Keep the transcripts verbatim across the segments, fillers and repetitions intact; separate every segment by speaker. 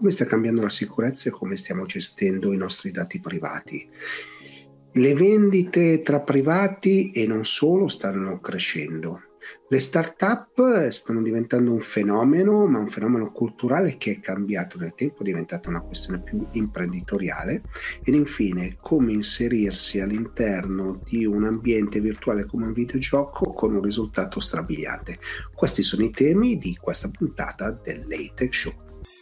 Speaker 1: come sta cambiando la sicurezza e come stiamo gestendo i nostri dati privati. Le vendite tra privati e non solo stanno crescendo. Le start-up stanno diventando un fenomeno, ma un fenomeno culturale che è cambiato nel tempo, è diventata una questione più imprenditoriale. Ed infine, come inserirsi all'interno di un ambiente virtuale come un videogioco con un risultato strabiliante. Questi sono i temi di questa puntata del Late Tech Show.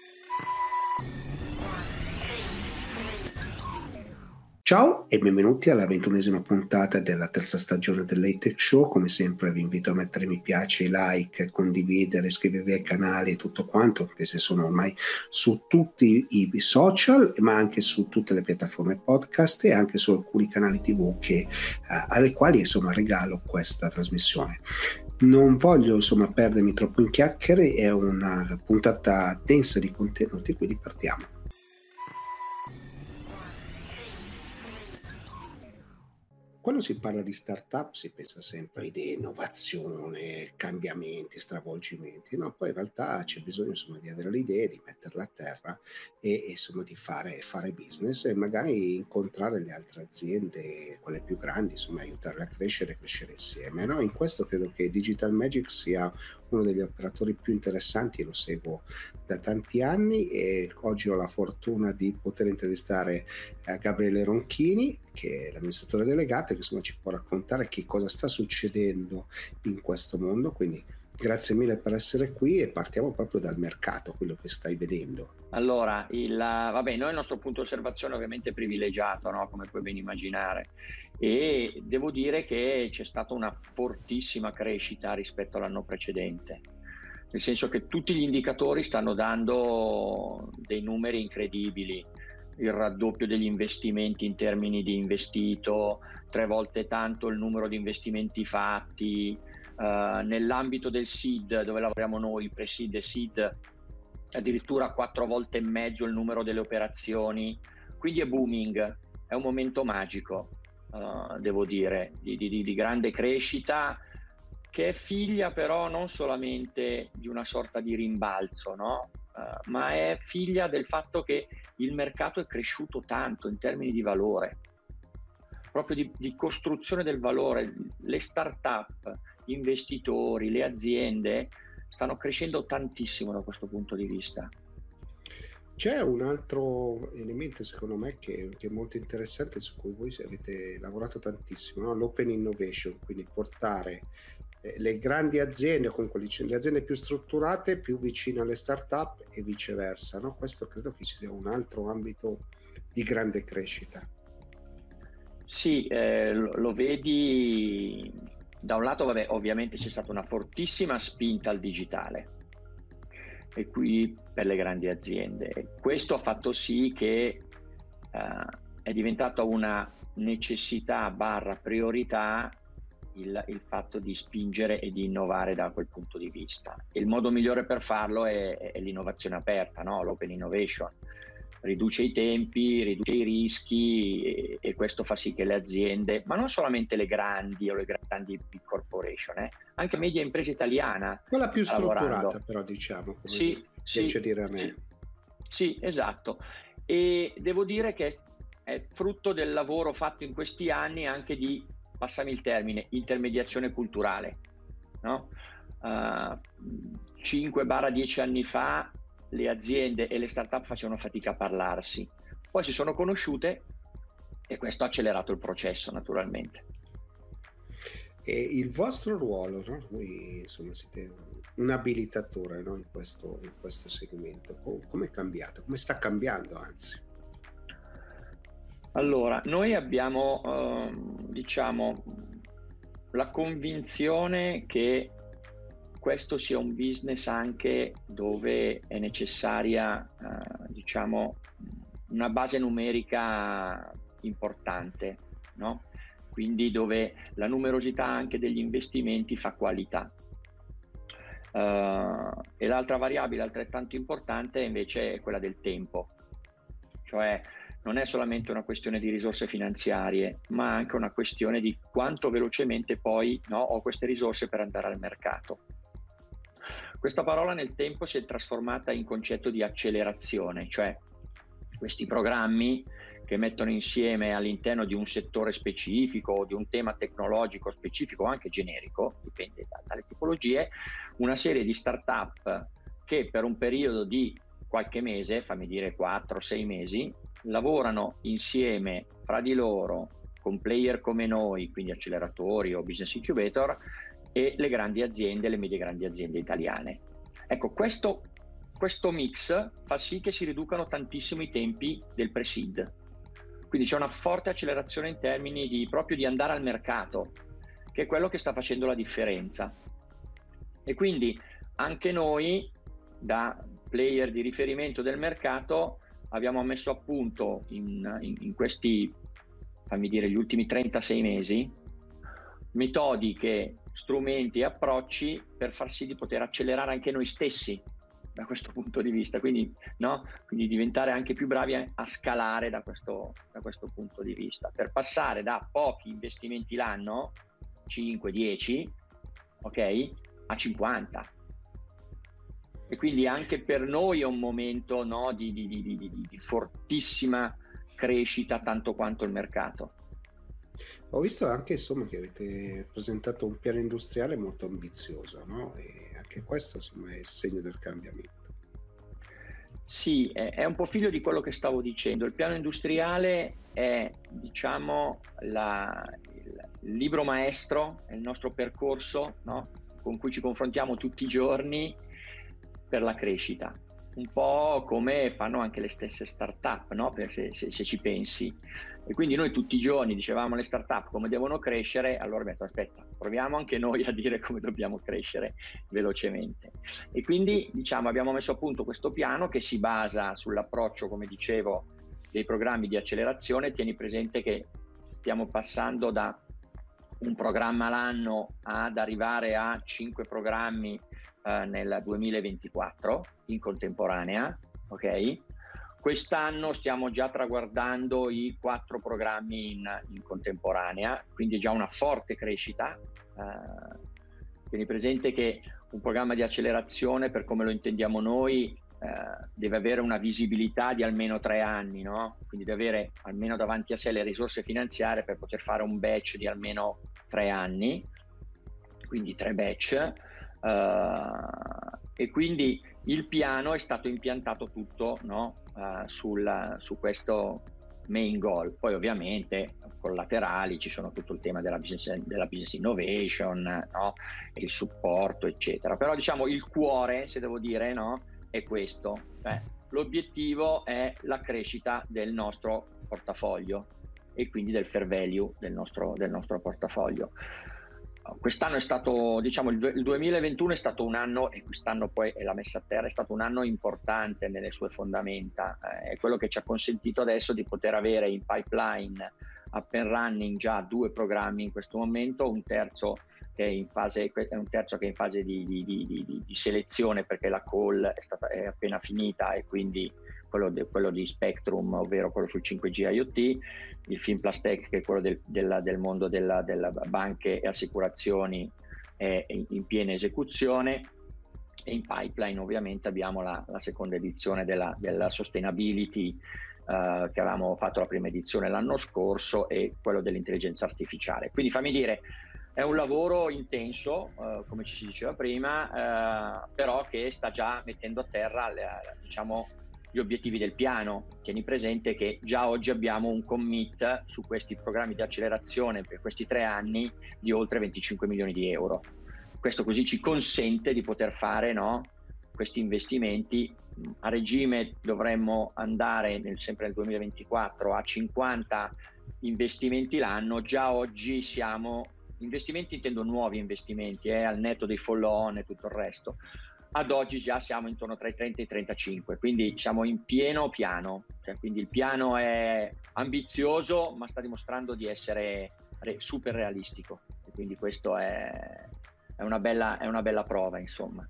Speaker 1: Ciao e benvenuti alla ventunesima puntata della terza stagione del Late Tech Show. Come sempre vi invito a mettere mi piace, like, condividere, iscrivervi ai canali e tutto quanto, anche se sono ormai su tutti i social, ma anche su tutte le piattaforme podcast e anche su alcuni canali tivù che, eh, alle quali insomma regalo questa trasmissione. Non voglio insomma perdermi troppo in chiacchiere, è una puntata densa di contenuti, quindi partiamo. Quando si parla di startup si pensa sempre a idee, innovazione, cambiamenti, stravolgimenti, no? Poi in realtà c'è bisogno insomma di avere le idee, di metterle a terra e, e insomma di fare, fare business e magari incontrare le altre aziende, quelle più grandi, insomma aiutarle a crescere e crescere insieme, no? In questo credo che Digital Magic sia uno degli operatori più interessanti, lo seguo da tanti anni e oggi ho la fortuna di poter intervistare eh, Gabriele Ronchini, che è l'amministratore delegato e che insomma ci può raccontare che cosa sta succedendo in questo mondo. Quindi grazie mille per essere qui e partiamo proprio dal mercato, quello che stai vedendo.
Speaker 2: Allora, il, vabbè, noi il nostro punto di osservazione ovviamente è privilegiato, no? Come puoi ben immaginare, e devo dire che c'è stata una fortissima crescita rispetto all'anno precedente, nel senso che tutti gli indicatori stanno dando dei numeri incredibili, il raddoppio degli investimenti in termini di investito, tre volte tanto il numero di investimenti fatti, uh, nell'ambito del seed dove lavoriamo noi, pre-seed e seed, addirittura quattro volte e mezzo il numero delle operazioni, quindi è booming, è un momento magico, uh, devo dire, di, di, di grande crescita, che è figlia però non solamente di una sorta di rimbalzo, no? Uh, ma è figlia del fatto che il mercato è cresciuto tanto in termini di valore, proprio di, di costruzione del valore. Le start-up, gli investitori, le aziende stanno crescendo tantissimo da questo punto di vista.
Speaker 1: C'è un altro elemento secondo me che, che è molto interessante, su cui voi avete lavorato tantissimo, no? L'open innovation, quindi portare eh, le grandi aziende, o comunque le aziende più strutturate più vicine alle start-up e viceversa, no? Questo credo che sia un altro ambito di grande crescita.
Speaker 2: Sì, eh, lo, lo vedi. Da un lato, vabbè, ovviamente c'è stata una fortissima spinta al digitale, e qui per le grandi aziende. Questo ha fatto sì che uh, è diventata una necessità barra priorità il, il fatto di spingere e di innovare da quel punto di vista. Il modo migliore per farlo è, è l'innovazione aperta, no? L'open innovation. Riduce i tempi, riduce i rischi e, e questo fa sì che le aziende, ma non solamente le grandi o le grandi big corporation, eh, anche media impresa italiana,
Speaker 1: quella più strutturata
Speaker 2: lavorando.
Speaker 1: Però diciamo, come
Speaker 2: sì,
Speaker 1: piace
Speaker 2: sì,
Speaker 1: dire a me.
Speaker 2: Sì, sì, esatto, e devo dire che è frutto del lavoro fatto in questi anni anche di, passami il termine, intermediazione culturale, no? Uh, cinque dieci anni fa le aziende e le start-up facevano fatica a parlarsi, poi si sono conosciute e questo ha accelerato il processo naturalmente.
Speaker 1: E il vostro ruolo, no? Voi insomma siete un abilitatore, no? in, questo, in questo segmento, come è cambiato? Come sta cambiando anzi?
Speaker 2: Allora, noi abbiamo eh, diciamo la convinzione che questo sia un business anche dove è necessaria eh, diciamo una base numerica importante, no? Quindi dove la numerosità anche degli investimenti fa qualità. Uh, e l'altra variabile altrettanto importante invece è quella del tempo, cioè non è solamente una questione di risorse finanziarie, ma anche una questione di quanto velocemente poi, no, ho queste risorse per andare al mercato. Questa parola nel tempo si è trasformata in concetto di accelerazione, cioè questi programmi che mettono insieme all'interno di un settore specifico o di un tema tecnologico specifico, anche generico, dipende da, dalle tipologie, una serie di start-up che per un periodo di qualche mese, fammi dire quattro sei mesi, lavorano insieme fra di loro con player come noi, quindi acceleratori o business incubator, e le grandi aziende, le medie grandi aziende italiane. Ecco, questo, questo mix fa sì che si riducano tantissimo i tempi del pre-seed. Quindi c'è una forte accelerazione in termini di proprio di andare al mercato, che è quello che sta facendo la differenza. E quindi anche noi, da player di riferimento del mercato, abbiamo messo a punto in, in, in questi, fammi dire, gli ultimi trentasei mesi, metodiche, strumenti e approcci per far sì di poter accelerare anche noi stessi da questo punto di vista, quindi, no? Quindi diventare anche più bravi a, a scalare da questo, da questo punto di vista, per passare da pochi investimenti l'anno, cinque dieci, ok, a cinquanta. E quindi anche per noi è un momento, no, di, di, di, di, di fortissima crescita, tanto quanto il mercato.
Speaker 1: Ho visto anche, insomma, che avete presentato un piano industriale molto ambizioso, no? E anche questo, insomma, è il segno del cambiamento.
Speaker 2: Sì, è, è un po' figlio di quello che stavo dicendo. Il piano industriale è, diciamo, la, il libro maestro, è il nostro percorso, no? Con cui ci confrontiamo tutti i giorni per la crescita. Un po' come fanno anche le stesse start-up, no? Per se, se, se ci pensi. E quindi noi tutti i giorni dicevamo alle start-up come devono crescere, allora abbiamo detto aspetta, proviamo anche noi a dire come dobbiamo crescere velocemente. E quindi, diciamo, abbiamo messo a punto questo piano che si basa sull'approccio, come dicevo, dei programmi di accelerazione. Tieni presente che stiamo passando da un programma l'anno ad arrivare a cinque programmi eh, nel duemilaventiquattro in contemporanea, ok? Quest'anno stiamo già traguardando i quattro programmi in, in contemporanea, quindi è già una forte crescita. Eh, tieni presente che un programma di accelerazione, per come lo intendiamo noi, eh, deve avere una visibilità di almeno tre anni, no? Quindi deve avere almeno davanti a sé le risorse finanziarie per poter fare un batch di almeno tre anni, quindi tre batch. Uh, e quindi il piano è stato impiantato tutto, no? uh, sul, su questo main goal. Poi ovviamente collaterali ci sono tutto il tema della business, della business innovation, no? Il supporto eccetera, però diciamo il cuore, se devo dire, no? È questo, cioè, l'obiettivo è la crescita del nostro portafoglio e quindi del fair value del nostro, del nostro portafoglio. Quest'anno è stato, diciamo, il duemilaventuno è stato un anno, e quest'anno poi è la messa a terra, è stato un anno importante nelle sue fondamenta, eh, è quello che ci ha consentito adesso di poter avere in pipeline up and running già due programmi in questo momento, un terzo che è in fase, è un terzo che è in fase di, di, di, di, di selezione perché la call è, stata, è appena finita, e quindi quello, de, quello di Spectrum, ovvero quello sul cinque G IoT, il Finplastech che è quello del, della, del mondo della, della banche e assicurazioni è in piena esecuzione, e in pipeline ovviamente abbiamo la, la seconda edizione della, della Sustainability Uh, che avevamo fatto la prima edizione l'anno scorso, e quello dell'intelligenza artificiale. Quindi fammi dire, è un lavoro intenso, uh, come ci si diceva prima, uh, però che sta già mettendo a terra le, diciamo, gli obiettivi del piano. Tieni presente che già oggi abbiamo un commit su questi programmi di accelerazione per questi tre anni di oltre venticinque milioni di euro. Questo così ci consente di poter fare, no, questi investimenti. A regime dovremmo andare nel, sempre nel duemilaventiquattro a cinquanta investimenti l'anno. Già oggi siamo, investimenti intendo nuovi investimenti, eh, al netto dei follow-on e tutto il resto, ad oggi già siamo intorno tra i trenta e i trentacinque, quindi siamo in pieno piano, cioè, quindi il piano è ambizioso ma sta dimostrando di essere re, super realistico, e quindi questo è, è, una bella, è una bella prova, insomma.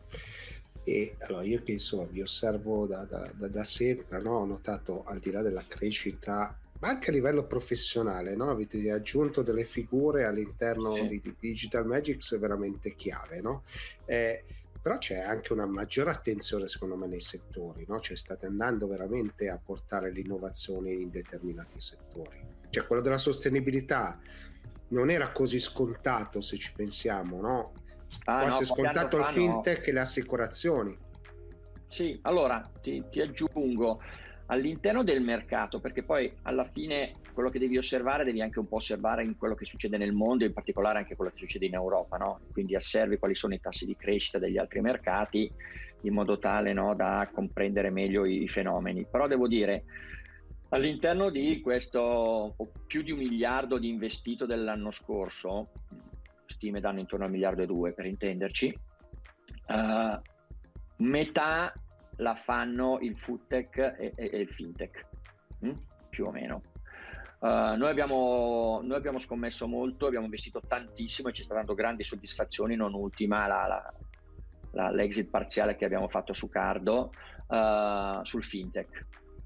Speaker 1: E allora io che insomma vi osservo da, da, da, da sempre, no? Ho notato, al di là della crescita, ma anche a livello professionale, no? Avete aggiunto delle figure all'interno sì. di, di Digital Magics veramente chiave, no? Eh, però c'è anche una maggiore attenzione secondo me nei settori, no? Cioè state andando veramente a portare l'innovazione in determinati settori, cioè quello della sostenibilità non era così scontato se ci pensiamo, no?
Speaker 2: Ah,
Speaker 1: Quasi
Speaker 2: no,
Speaker 1: scontato il
Speaker 2: fa,
Speaker 1: fintech
Speaker 2: no.
Speaker 1: e le assicurazioni.
Speaker 2: Sì, allora ti, ti aggiungo all'interno del mercato, perché poi alla fine quello che devi osservare devi anche un po' osservare in quello che succede nel mondo, in particolare anche quello che succede in Europa, no? Quindi osservi quali sono i tassi di crescita degli altri mercati in modo tale, no, da comprendere meglio i, i fenomeni. Però devo dire, all'interno di questo più di un miliardo di investito dell'anno scorso, stime danno intorno a un miliardo e due per intenderci, uh, metà la fanno il foodtech e, e, e il fintech, hm? più o meno. Uh, noi, abbiamo, noi abbiamo scommesso molto, abbiamo investito tantissimo e ci sta dando grandi soddisfazioni, non ultima la, la, la, l'exit parziale che abbiamo fatto su Cardo uh, sul fintech.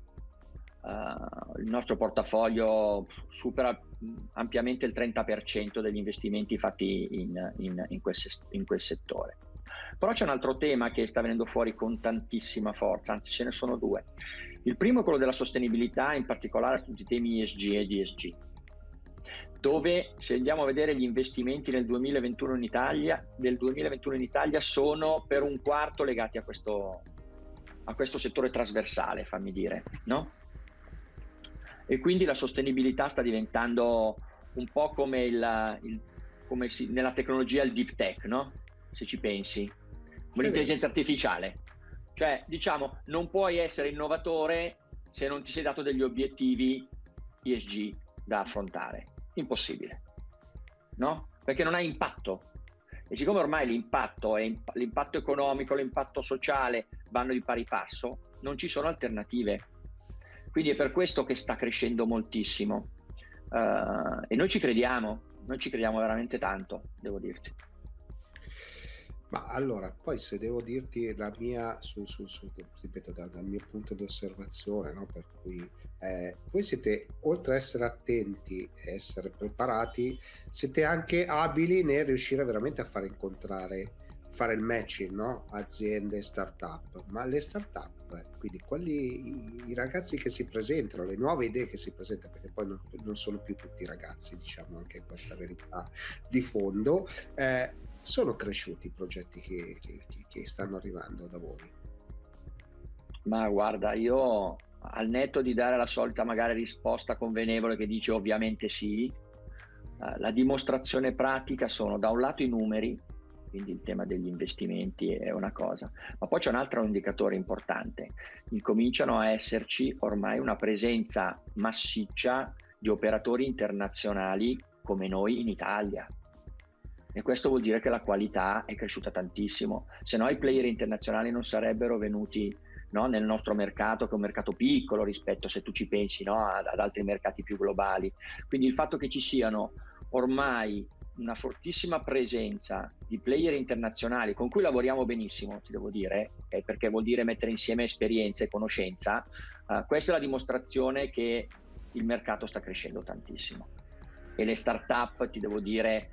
Speaker 2: Uh, il nostro portafoglio supera ampiamente il trenta per cento degli investimenti fatti in, in, in, quel, in quel settore. Però c'è un altro tema che sta venendo fuori con tantissima forza, anzi ce ne sono due. Il primo è quello della sostenibilità, in particolare tutti i temi E S G e D S G, dove se andiamo a vedere gli investimenti nel duemilaventuno in Italia, del duemilaventuno in Italia sono per un quarto legati a questo, a questo settore trasversale, fammi dire, no? E quindi la sostenibilità sta diventando un po' come, il, il, come si, nella tecnologia il deep tech, no? Se ci pensi, come l'intelligenza artificiale, cioè diciamo non puoi essere innovatore se non ti sei dato degli obiettivi E S G da affrontare, impossibile, no? Perché non hai impatto, e siccome ormai l'impatto, è, l'impatto economico, l'impatto sociale vanno di pari passo, non ci sono alternative, quindi è per questo che sta crescendo moltissimo, uh, e noi ci crediamo, noi ci crediamo veramente tanto, devo dirti.
Speaker 1: Ma allora, poi se devo dirti la mia, su, su, su, ripeto, dal, dal mio punto di osservazione, no? Per cui eh, voi siete, oltre a essere attenti e essere preparati, siete anche abili nel riuscire veramente a fare incontrare, fare il matching, no? Aziende, start-up, ma le start-up, quindi quelli, i, i ragazzi che si presentano, le nuove idee che si presentano, perché poi non, non sono più tutti ragazzi, diciamo anche questa verità di fondo, eh, sono cresciuti i progetti che, che, che stanno arrivando da voi?
Speaker 2: Ma guarda, io al netto di dare la solita magari risposta convenevole che dice ovviamente sì, eh, la dimostrazione pratica sono da un lato i numeri, quindi il tema degli investimenti è una cosa, ma poi c'è un altro indicatore importante: incominciano a esserci ormai una presenza massiccia di operatori internazionali come noi in Italia. E questo vuol dire che la qualità è cresciuta tantissimo, se no i player internazionali non sarebbero venuti, no, nel nostro mercato, che è un mercato piccolo rispetto, se tu ci pensi, no, ad, ad altri mercati più globali. Quindi il fatto che ci siano ormai una fortissima presenza di player internazionali con cui lavoriamo benissimo, ti devo dire, eh, perché vuol dire mettere insieme esperienza e conoscenza, uh, questa è la dimostrazione che il mercato sta crescendo tantissimo. E le start-up, ti devo dire,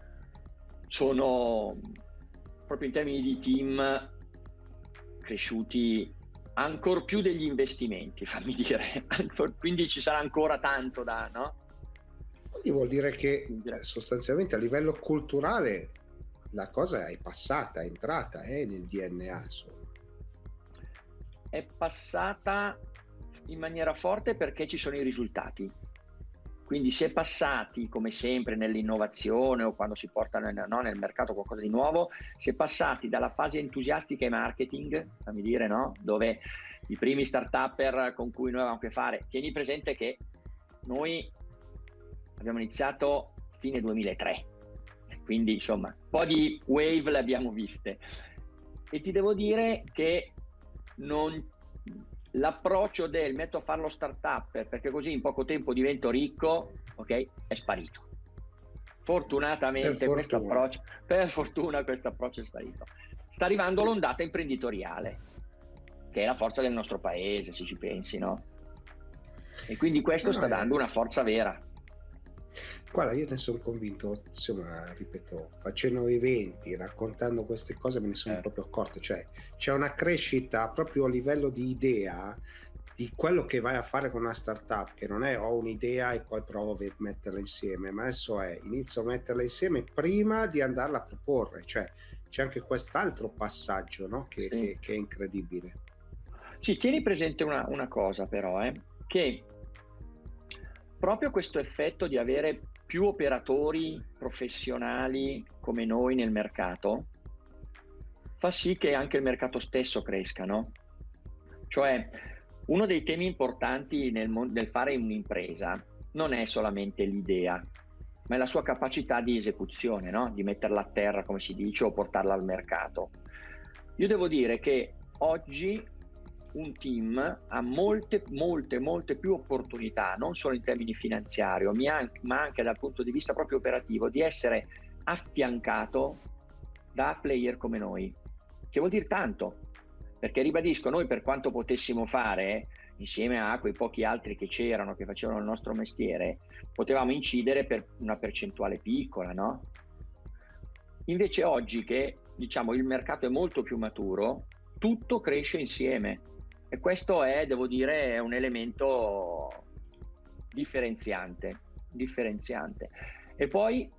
Speaker 2: sono proprio in termini di team cresciuti ancora più degli investimenti, fammi dire, quindi ci sarà ancora tanto da, no?
Speaker 1: Quindi vuol dire che eh, sostanzialmente a livello culturale la cosa è passata, è entrata, è nel D N A, insomma.
Speaker 2: È passata in maniera forte perché ci sono i risultati. Quindi si è passati, come sempre nell'innovazione o quando si porta nel, no, nel mercato qualcosa di nuovo, si è passati dalla fase entusiastica e marketing, fammi dire, no? Dove i primi start-upper con cui noi avevamo a che fare, tieni presente che noi abbiamo iniziato fine duemilatré, quindi insomma un po' di wave le abbiamo viste, e ti devo dire che non... l'approccio del metto a fare lo startup perché così in poco tempo divento ricco, ok, è sparito. Fortunatamente per questo fortuna. approccio, per fortuna questo approccio è sparito. Sta arrivando l'ondata imprenditoriale, che è la forza del nostro paese, se ci pensi, no? E quindi questo ah, sta eh. dando una forza vera.
Speaker 1: Guarda, io ne sono convinto, insomma, ripeto, facendo eventi, raccontando queste cose me ne sono
Speaker 2: Eh,
Speaker 1: proprio accorto, cioè c'è una crescita proprio a livello di idea di quello che vai a fare con una startup, che non è ho un'idea e poi provo a ve- metterla insieme, ma adesso è inizio a metterla insieme prima di andarla a proporre, cioè c'è anche quest'altro passaggio, no? che,
Speaker 2: sì.
Speaker 1: che- che è incredibile.
Speaker 2: Sì, tieni presente una, una cosa però, eh, che proprio questo effetto di avere più operatori professionali come noi nel mercato fa sì che anche il mercato stesso cresca, no? Cioè, uno dei temi importanti nel, mon- nel fare un'impresa non è solamente l'idea, ma è la sua capacità di esecuzione, no? Di metterla a terra, come si dice, o portarla al mercato. Io devo dire che oggi un team ha molte, molte, molte più opportunità, non solo in termini finanziari, ma anche dal punto di vista proprio operativo, di essere affiancato da player come noi, che vuol dire tanto, perché ribadisco, noi per quanto potessimo fare, insieme a quei pochi altri che c'erano, che facevano il nostro mestiere, potevamo incidere per una percentuale piccola, no? Invece oggi che, diciamo, il mercato è molto più maturo, tutto cresce insieme e questo è, devo dire, è un elemento differenziante, differenziante. E poi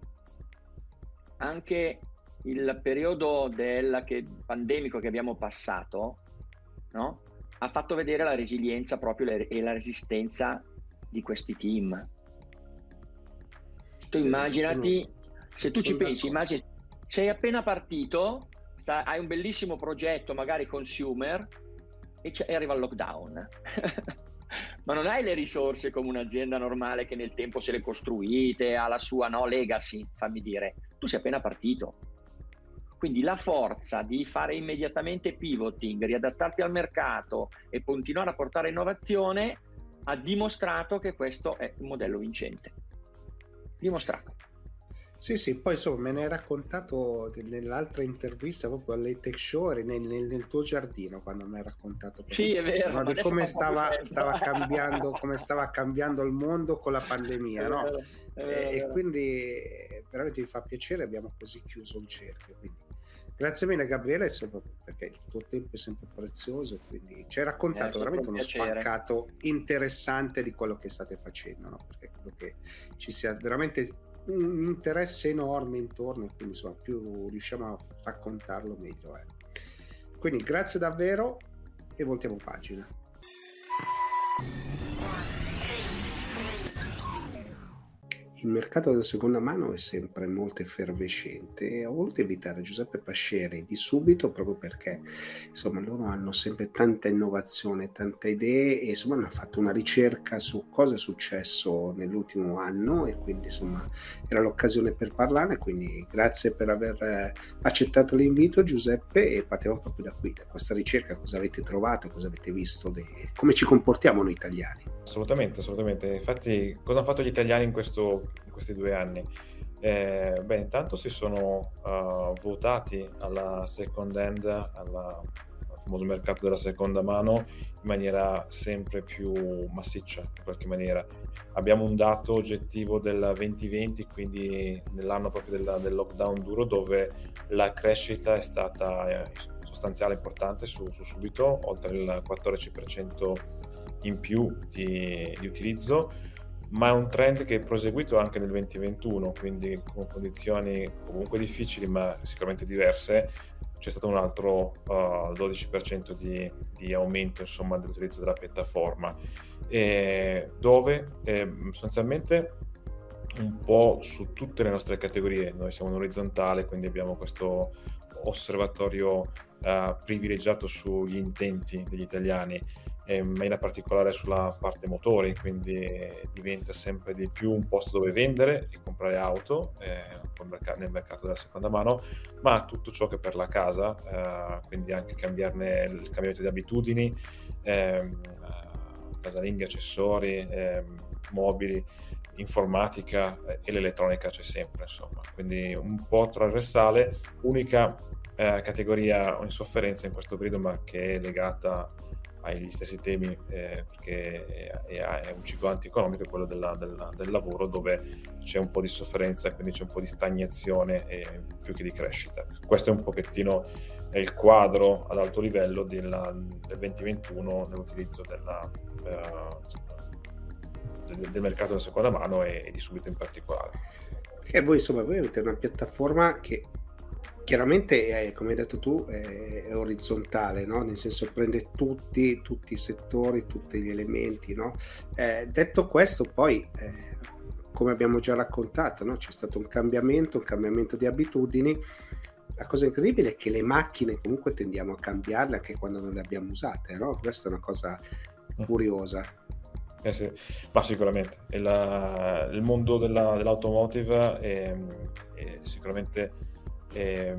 Speaker 2: anche il periodo del, che, pandemico che abbiamo passato, no? Ha fatto vedere la resilienza proprio le, e la resistenza di questi team. Tu immaginati,
Speaker 1: Sono,
Speaker 2: se tu ci
Speaker 1: sono
Speaker 2: pensi,
Speaker 1: d'accordo.
Speaker 2: immagini, sei appena partito, sta, hai un bellissimo progetto, magari consumer, e, e arriva il lockdown. Ma non hai le risorse come un'azienda normale che nel tempo se le costruite, ha la sua no, legacy, fammi dire. Tu sei appena partito. Quindi la forza di fare immediatamente pivoting, riadattarti al mercato e continuare a portare innovazione ha dimostrato che questo è un modello vincente. Dimostrato.
Speaker 1: Sì, sì, poi insomma me ne hai raccontato nell'altra intervista proprio alle Tech Show, eri nel, nel- nel tuo giardino quando mi hai raccontato questa
Speaker 2: Sì, è
Speaker 1: cosa,
Speaker 2: vero,
Speaker 1: no?
Speaker 2: ma
Speaker 1: Di
Speaker 2: adesso
Speaker 1: come
Speaker 2: fa un po' più
Speaker 1: stava,
Speaker 2: freddo.
Speaker 1: stava cambiando, come stava cambiando il mondo con la
Speaker 2: È
Speaker 1: pandemia, no?
Speaker 2: vero, è
Speaker 1: E,
Speaker 2: vero, è
Speaker 1: e
Speaker 2: vero.
Speaker 1: quindi eh, veramente mi fa piacere, abbiamo così chiuso il cerchio. Quindi. Grazie mille Gabriele, insomma, perché il tuo tempo è sempre prezioso, quindi ci hai
Speaker 2: È
Speaker 1: raccontato
Speaker 2: sempre
Speaker 1: veramente
Speaker 2: un
Speaker 1: uno
Speaker 2: piacere.
Speaker 1: spaccato interessante di quello che state facendo, no? Perché credo che ci sia veramente un interesse enorme intorno e quindi insomma più riusciamo a raccontarlo meglio è. Quindi grazie davvero e voltiamo pagina. Il mercato della seconda mano è sempre molto effervescente e ho voluto invitare Giuseppe Pasceri di Subito proprio perché insomma loro hanno sempre tanta innovazione, tante idee e insomma hanno fatto una ricerca su cosa è successo nell'ultimo anno e quindi insomma era l'occasione per parlarne, quindi grazie per aver accettato l'invito Giuseppe e partiamo proprio da qui, da questa ricerca, cosa avete trovato, cosa avete visto, de... come ci comportiamo noi italiani.
Speaker 3: Assolutamente, assolutamente. Infatti, cosa hanno fatto gli italiani in, questo, in questi due anni? Eh, beh, intanto si sono uh, votati alla second hand, alla, al famoso mercato della seconda mano, in maniera sempre più massiccia, in qualche maniera. Abbiamo un dato oggettivo del venti venti, quindi nell'anno proprio del, del lockdown duro, dove la crescita è stata eh, sostanziale, importante su, su Subito, oltre il quattordici per cento in più di, di utilizzo, ma è un trend che è proseguito anche nel venti ventuno, quindi con condizioni comunque difficili ma sicuramente diverse. C'è stato un altro uh, dodici per cento di, di aumento, insomma, dell'utilizzo della piattaforma, e dove eh, sostanzialmente un po' su tutte le nostre categorie. Noi siamo un orizzontale, quindi abbiamo questo osservatorio uh, privilegiato sugli intenti degli italiani, eh, ma in particolare sulla parte motori, quindi diventa sempre di più un posto dove vendere e comprare auto eh, nel mercato della seconda mano, ma tutto ciò che è per la casa, eh, quindi anche cambiarne il cambiamento di abitudini, ehm, casalinghe, accessori, ehm, mobili, informatica e l'elettronica c'è sempre, insomma, quindi un po' trasversale. Unica eh, categoria in sofferenza in questo periodo, ma che è legata agli stessi temi, eh, perché è, è un ciclo antieconomico, è quello della, della, del lavoro, dove c'è un po' di sofferenza, quindi c'è un po' di stagnazione e più che di crescita. Questo è un pochettino il quadro ad alto livello della, del venti ventuno nell'utilizzo della, uh, del, del mercato della seconda mano e, e di Subito in particolare.
Speaker 1: E voi insomma voi avete una piattaforma che chiaramente è, come hai detto tu, è, è orizzontale, no? Nel senso prende tutti, tutti i settori, tutti gli elementi, no? Eh, detto questo, poi eh, come abbiamo già raccontato, no? C'è stato un cambiamento, un cambiamento di abitudini. La cosa incredibile è che le macchine comunque tendiamo a cambiarle anche quando non le abbiamo usate, no? Questa è una cosa curiosa.
Speaker 3: Eh sì, ma sicuramente il, il mondo della, dell'automotive è, è sicuramente è,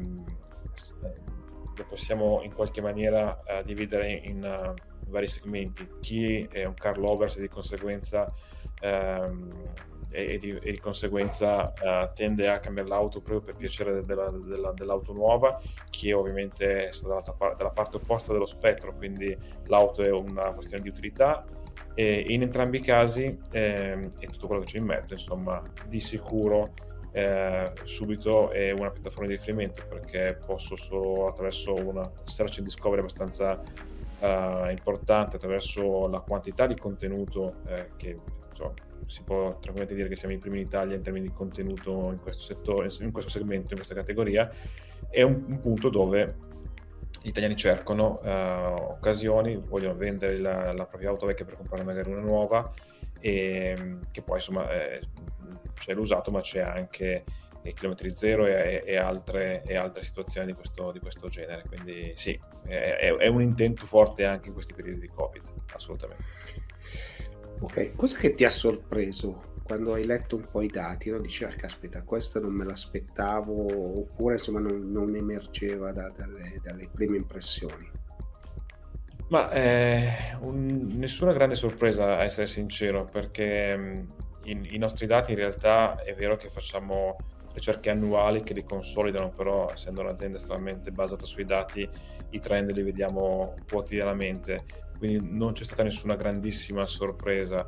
Speaker 3: lo possiamo in qualche maniera uh, dividere in uh, vari segmenti. Chi è un car lovers e di conseguenza um, e, e, di, e di conseguenza uh, tende a cambiare l'auto proprio per piacere della, della, dell'auto nuova, chi ovviamente sta dalla, dalla parte opposta dello spettro, quindi l'auto è una questione di utilità. E in entrambi i casi eh, e tutto quello che c'è in mezzo, insomma, di sicuro eh, Subito è una piattaforma di riferimento, perché posso solo attraverso una search and discovery abbastanza uh, importante, attraverso la quantità di contenuto eh, che insomma, si può tranquillamente dire che siamo i primi in Italia in termini di contenuto in questo settore, in questo segmento, in questa categoria. È un, un punto dove gli italiani cercano uh, occasioni, vogliono vendere la, la propria auto vecchia per comprare magari una nuova, e che poi insomma eh, c'è l'usato, ma c'è anche i chilometri zero e, e, altre, e altre situazioni di questo, di questo genere. Quindi sì, è, è un intento forte anche in questi periodi di Covid, assolutamente.
Speaker 1: Ok, cosa che ti ha sorpreso quando hai letto un po' i dati, no? Dici, ah, caspita, questo non me l'aspettavo, oppure insomma non, non emergeva da, dalle, dalle prime impressioni?
Speaker 3: Ma eh, un, nessuna grande sorpresa, a essere sincero, perché in, i nostri dati in realtà è vero che facciamo ricerche annuali che li consolidano, però essendo un'azienda estremamente basata sui dati, i trend li vediamo quotidianamente, quindi non c'è stata nessuna grandissima sorpresa.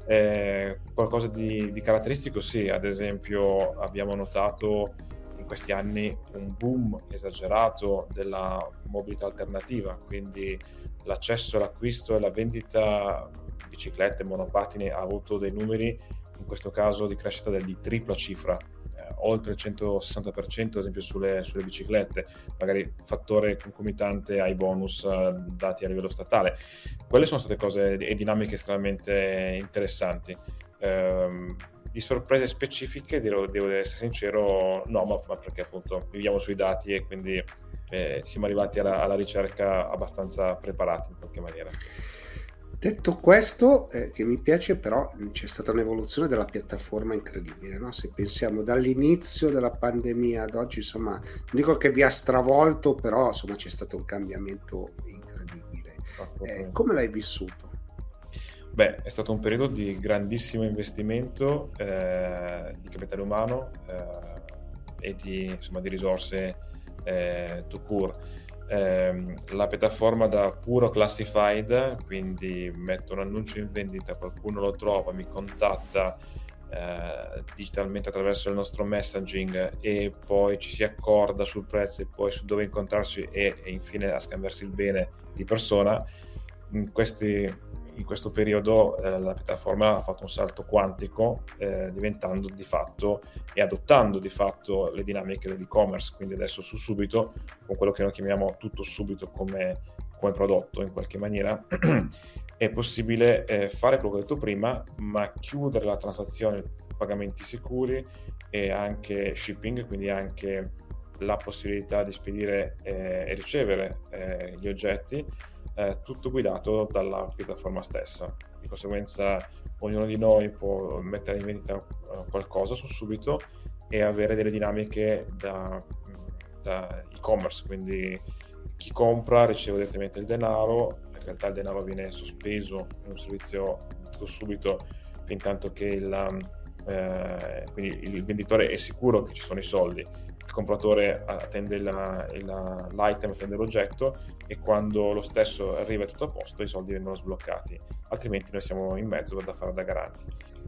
Speaker 3: Eh, qualcosa di, di caratteristico sì, ad esempio abbiamo notato in questi anni un boom esagerato della mobilità alternativa, quindi l'accesso all'acquisto e la vendita di biciclette, monopattini ha avuto dei numeri, in questo caso di crescita di tripla cifra, eh, oltre il centosessanta per cento ad esempio sulle, sulle biciclette, magari fattore concomitante ai bonus eh, dati a livello statale. Quelle sono state cose e dinamiche estremamente interessanti. Eh, di sorprese specifiche, devo, devo essere sincero, no, ma, ma perché appunto viviamo sui dati e quindi eh, siamo arrivati alla, alla ricerca abbastanza preparati in qualche maniera.
Speaker 1: Detto questo, eh, che mi piace, però c'è stata un'evoluzione della piattaforma incredibile, no? Se pensiamo dall'inizio della pandemia ad oggi, insomma, non dico che vi ha stravolto, però insomma c'è stato un cambiamento incredibile. Eh, come l'hai vissuto?
Speaker 3: Beh, è stato un periodo di grandissimo investimento eh, di capitale umano eh, e di, insomma, di risorse eh, to court. Eh, la piattaforma da puro classified, quindi metto un annuncio in vendita, qualcuno lo trova, mi contatta eh, digitalmente attraverso il nostro messaging e poi ci si accorda sul prezzo e poi su dove incontrarci e, e infine a scambiarsi il bene di persona. In questi In questo periodo eh, la piattaforma ha fatto un salto quantico, eh, diventando di fatto e adottando di fatto le dinamiche dell'e-commerce, quindi adesso su Subito, con quello che noi chiamiamo tutto subito come, come prodotto in qualche maniera, è possibile eh, fare quello che ho detto prima, ma chiudere la transazione, pagamenti sicuri e anche shipping, quindi anche la possibilità di spedire eh, e ricevere eh, gli oggetti, eh, tutto guidato dalla piattaforma stessa. Di conseguenza ognuno di noi può mettere in vendita uh, qualcosa su Subito e avere delle dinamiche da, da e-commerce, quindi chi compra riceve direttamente il denaro, in realtà il denaro viene sospeso in un servizio tutto subito fin tanto che il, eh, quindi il venditore è sicuro che ci sono i soldi, il compratore attende la, la, l'item, attende l'oggetto, e quando lo stesso arriva tutto a posto i soldi vengono sbloccati, altrimenti noi siamo in mezzo da fare da garanti.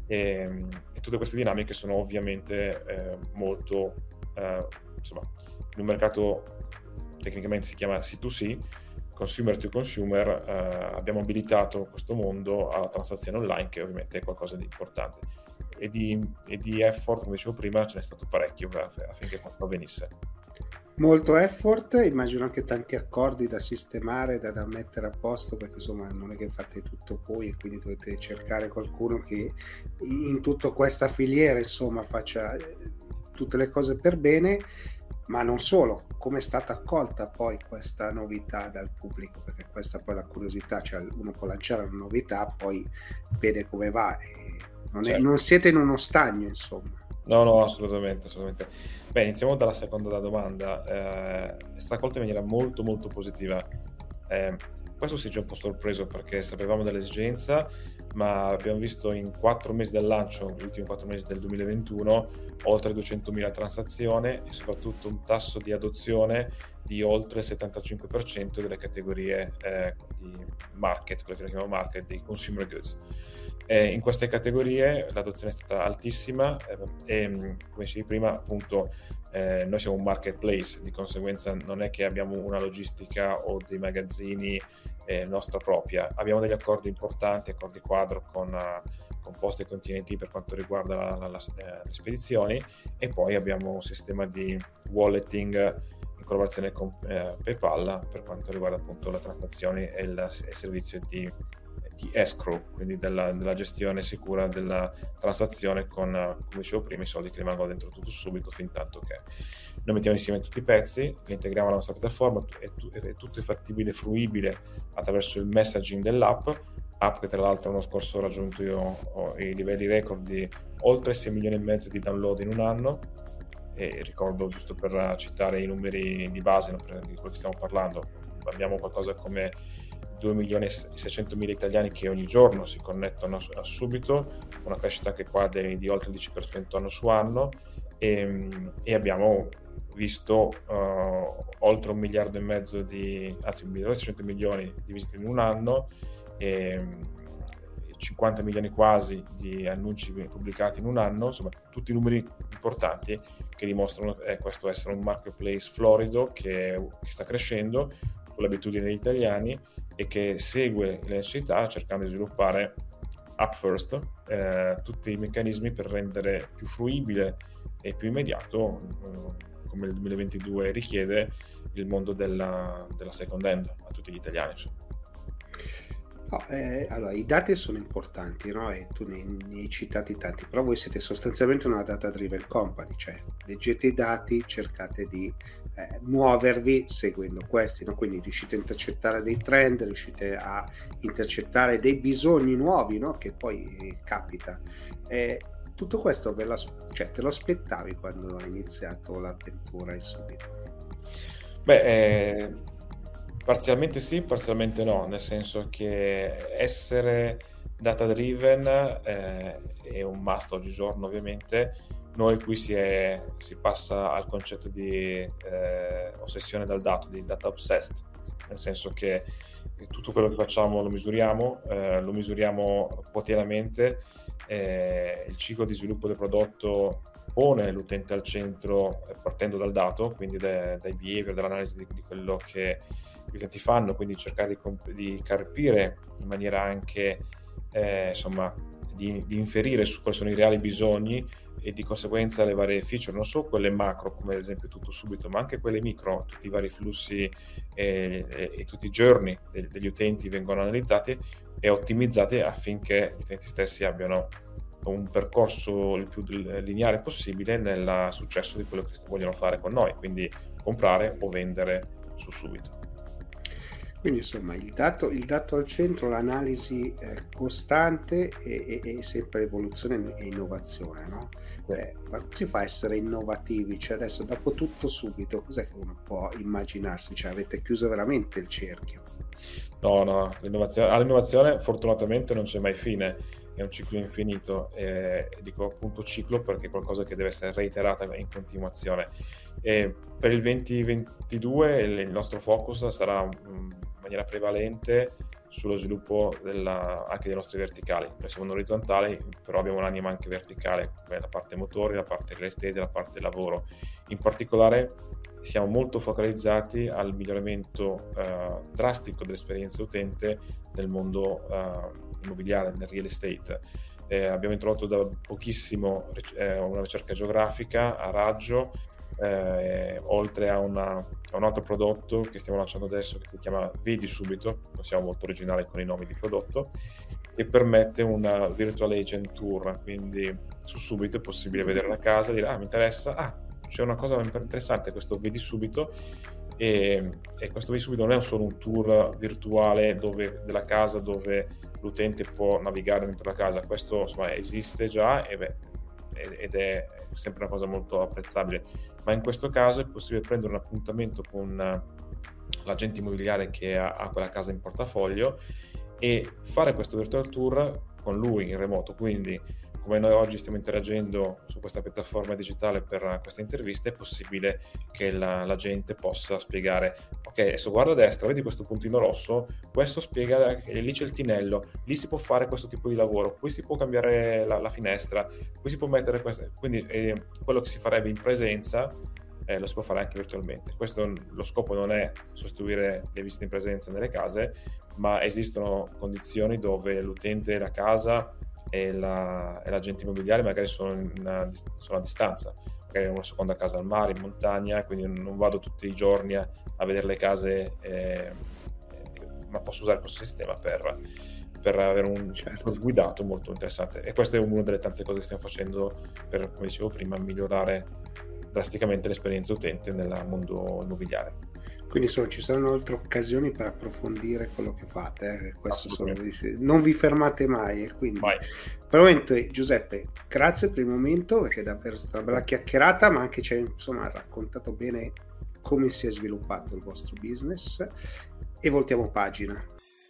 Speaker 3: E, e tutte queste dinamiche sono ovviamente eh, molto eh, insomma, in un mercato tecnicamente si chiama C due C, consumer to consumer, eh, abbiamo abilitato questo mondo alla transazione online, che ovviamente è qualcosa di importante, e di, e di effort, come dicevo prima, ce n'è stato parecchio affinché questo avvenisse.
Speaker 1: Molto effort, immagino anche tanti accordi da sistemare, da, da mettere a posto, perché insomma non è che fate tutto voi e quindi dovete cercare qualcuno che in tutta questa filiera insomma faccia tutte le cose per bene. Ma non solo, come è stata accolta poi questa novità dal pubblico, perché questa poi è la curiosità, cioè uno può lanciare una novità, poi vede come va, e non, è, certo. non siete in uno stagno insomma.
Speaker 3: No, no, assolutamente, assolutamente. Beh, iniziamo dalla seconda domanda. Eh, è stata accolta in maniera molto molto positiva. Eh, questo si è già un po' sorpreso, perché sapevamo dell'esigenza, ma abbiamo visto in quattro mesi dal lancio, gli ultimi quattro mesi del duemilaventuno, oltre duecentomila transazioni e soprattutto un tasso di adozione di oltre il settantacinque per cento delle categorie eh, di market, quello che chiamiamo market, di consumer goods. Eh, in queste categorie l'adozione è stata altissima eh, e, come dicevi prima, appunto, eh, noi siamo un marketplace, di conseguenza non è che abbiamo una logistica o dei magazzini eh, nostra propria. Abbiamo degli accordi importanti, accordi quadro con, uh, con Poste e con T N T per quanto riguarda la, la, la, eh, le spedizioni, e poi abbiamo un sistema di walleting in collaborazione con eh, PayPal per quanto riguarda appunto le transazioni e il, il servizio di, di escrow, quindi della, della gestione sicura della transazione con, come dicevo prima, i soldi che rimangono dentro tutto subito, fin tanto che noi mettiamo insieme tutti i pezzi, li integriamo alla nostra piattaforma, è, è tutto è fattibile e fruibile attraverso il messaging dell'app, app che tra l'altro l'anno scorso ho raggiunto io ho i livelli record di oltre sei milioni e mezzo di download in un anno. E ricordo, giusto per citare i numeri di base, no, per, di quello che stiamo parlando, abbiamo qualcosa come due milioni e seicentomila italiani che ogni giorno si connettono a, a subito, una crescita che qua di, di oltre il dieci per cento anno su anno, e, e abbiamo visto uh, oltre un miliardo e mezzo di, anzi un miliardo e seicento milioni di visite in un anno, e cinquanta milioni quasi di annunci pubblicati in un anno, insomma tutti numeri importanti che dimostrano eh, questo essere un marketplace florido che, che sta crescendo con le abitudini degli italiani e che segue le necessità cercando di sviluppare app first eh, tutti i meccanismi per rendere più fruibile e più immediato, eh, come il duemilaventidue richiede, il mondo della, della second hand a tutti gli italiani, insomma.
Speaker 1: No, eh, allora, i dati sono importanti, no? E tu ne, ne hai citati tanti, però voi siete sostanzialmente una data driven company, cioè leggete i dati, cercate di eh, muovervi seguendo questi, no? Quindi riuscite a intercettare dei trend, riuscite a intercettare dei bisogni nuovi, no? Che poi eh, capita. Eh, tutto questo ve la, cioè, te lo aspettavi quando hai iniziato l'avventura in subito?
Speaker 3: Beh, eh... parzialmente sì, parzialmente no, nel senso che essere data driven eh, è un must oggigiorno, ovviamente. Noi qui si, è, si passa al concetto di eh, ossessione dal dato, di data obsessed, nel senso che tutto quello che facciamo lo misuriamo, eh, lo misuriamo quotidianamente, eh, il ciclo di sviluppo del prodotto pone l'utente al centro eh, partendo dal dato, quindi dai, dai behavior, dall'analisi di, di quello che gli utenti fanno, quindi cercare di, comp- di carpire in maniera anche eh, insomma di, di inferire su quali sono i reali bisogni e di conseguenza le varie feature, non solo quelle macro come ad esempio tutto subito, ma anche quelle micro, tutti i vari flussi e, e, e tutti i journey de- degli utenti vengono analizzati e ottimizzati affinché gli utenti stessi abbiano un percorso il più lineare possibile nel successo di quello che vogliono fare con noi, quindi comprare o vendere su subito.
Speaker 1: Quindi insomma il dato, il dato al centro, l'analisi eh, costante e, e, e sempre evoluzione e innovazione, no? Eh, ma come si fa a essere innovativi? Cioè adesso dopo tutto subito, cos'è che uno può immaginarsi? Cioè avete chiuso veramente il cerchio?
Speaker 3: No, no, l'innovazione, all'innovazione fortunatamente non c'è mai fine. è un ciclo infinito, e dico appunto ciclo perché è qualcosa che deve essere reiterata in continuazione. E per il venti ventidue il nostro focus sarà in maniera prevalente sullo sviluppo della, anche dei nostri verticali. Noi siamo orizzontali, però abbiamo un'anima anche verticale, come la parte motori, la parte real estate, la parte lavoro. In particolare siamo molto focalizzati al miglioramento eh, drastico dell'esperienza utente nel mondo eh, immobiliare, nel real estate. Eh, abbiamo introdotto da pochissimo eh, una ricerca geografica a raggio, eh, oltre a, una, a un altro prodotto che stiamo lanciando adesso che si chiama Vedi Subito, non siamo molto originali con i nomi di prodotto, che permette una virtual agent tour, quindi su Subito è possibile vedere la casa e dire ah mi interessa, ah c'è una cosa interessante, questo Vedi Subito, e, e questo Vedi Subito non è solo un tour virtuale dove, della casa dove l'utente può navigare dentro la casa, questo insomma esiste già e beh, ed è sempre una cosa molto apprezzabile, ma in questo caso è possibile prendere un appuntamento con l'agente immobiliare che ha, ha quella casa in portafoglio e fare questo virtual tour con lui in remoto. Quindi come noi oggi stiamo interagendo su questa piattaforma digitale per questa intervista, è possibile che la, la gente possa spiegare ok, adesso guarda a destra, vedi questo puntino rosso, questo spiega che lì c'è il tinello, lì si può fare questo tipo di lavoro, qui si può cambiare la, la finestra, qui si può mettere questo, quindi eh, quello che si farebbe in presenza eh, lo si può fare anche virtualmente. Questo, lo scopo non è sostituire le visite in presenza nelle case, ma esistono condizioni dove l'utente e la casa e, la, e l'agente immobiliare magari sono, in una, sono a distanza, magari una seconda casa al mare, in montagna, quindi non vado tutti i giorni a, a vedere le case, eh, eh, ma posso usare questo sistema per, per avere un certo. guidato molto interessante. E questa è una delle tante cose che stiamo facendo per, come dicevo prima, migliorare drasticamente l'esperienza utente nel mondo immobiliare.
Speaker 1: Quindi insomma, ci saranno altre occasioni per approfondire quello che fate, eh? Questo sono, non vi fermate mai. Eh? Quindi,
Speaker 3: mai.
Speaker 1: Per il momento, Giuseppe, grazie per il momento, perché è davvero stata una bella chiacchierata, ma anche ci hai insomma, raccontato bene come si è sviluppato il vostro business. E voltiamo pagina.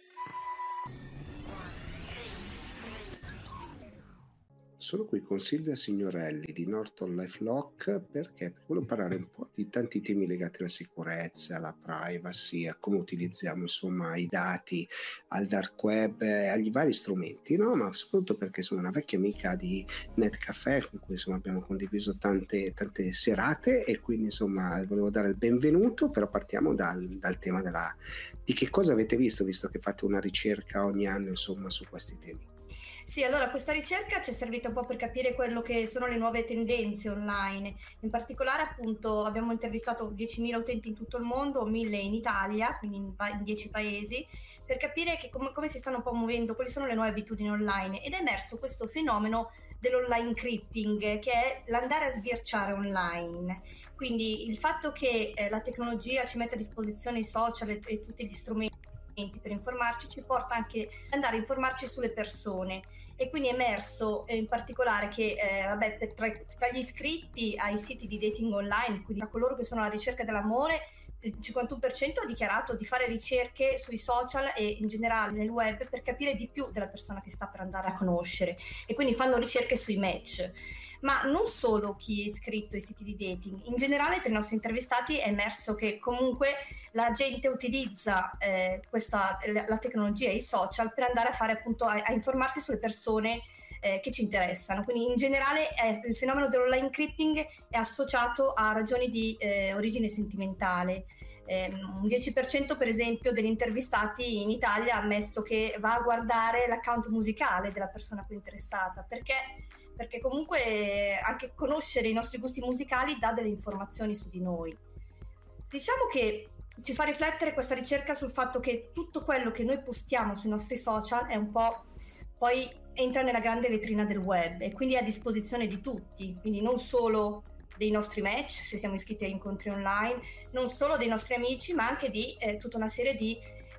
Speaker 1: Sono qui con Silvia Signorelli di Norton LifeLock perché volevo parlare un po' di tanti temi legati alla sicurezza, alla privacy, a come utilizziamo insomma i dati, al dark web, agli vari strumenti, no? Ma soprattutto perché sono una vecchia amica di NetCafé con cui insomma abbiamo condiviso tante, tante serate e quindi insomma volevo dare il benvenuto, però partiamo dal, dal tema della, di che cosa avete visto, visto che fate una ricerca ogni anno insomma su questi temi.
Speaker 4: Sì, allora questa ricerca ci è servita un po' per capire quello che sono le nuove tendenze online. In particolare appunto abbiamo intervistato diecimila utenti in tutto il mondo, mille in Italia, quindi in, pa- in dieci paesi, per capire che com- come si stanno un po' muovendo, quali sono le nuove abitudini online, ed è emerso questo fenomeno dell'online creeping, che è l'andare a sbirciare online. Quindi il fatto che eh, la tecnologia ci mette a disposizione i social e, e tutti gli strumenti per informarci ci porta anche ad andare a informarci sulle persone, e quindi è emerso eh, in particolare che eh, vabbè, per, tra, tra gli iscritti ai siti di dating online, quindi a coloro che sono alla ricerca dell'amore, il cinquantuno per cento ha dichiarato di fare ricerche sui social e in generale nel web per capire di più della persona che sta per andare a conoscere, e quindi fanno ricerche sui match. Ma non solo chi è iscritto ai siti di dating, in generale tra i nostri intervistati è emerso che comunque la gente utilizza eh, questa, la tecnologia e i social per andare a fare appunto a, a informarsi sulle persone eh, che ci interessano. Quindi in generale eh, il fenomeno dell'online creeping è associato a ragioni di eh, origine sentimentale. Eh, un dieci per cento per esempio degli intervistati in Italia ha ammesso che va a guardare l'account musicale della persona più interessata, perché perché comunque anche conoscere i nostri gusti musicali dà delle informazioni su di noi. Diciamo che ci fa riflettere questa ricerca sul fatto che tutto quello che noi postiamo sui nostri social è un po' poi entra nella grande vetrina del web e quindi è a disposizione di tutti, quindi non solo dei nostri match, se siamo iscritti a incontri online, non solo dei nostri amici, ma anche di eh, tutta una serie di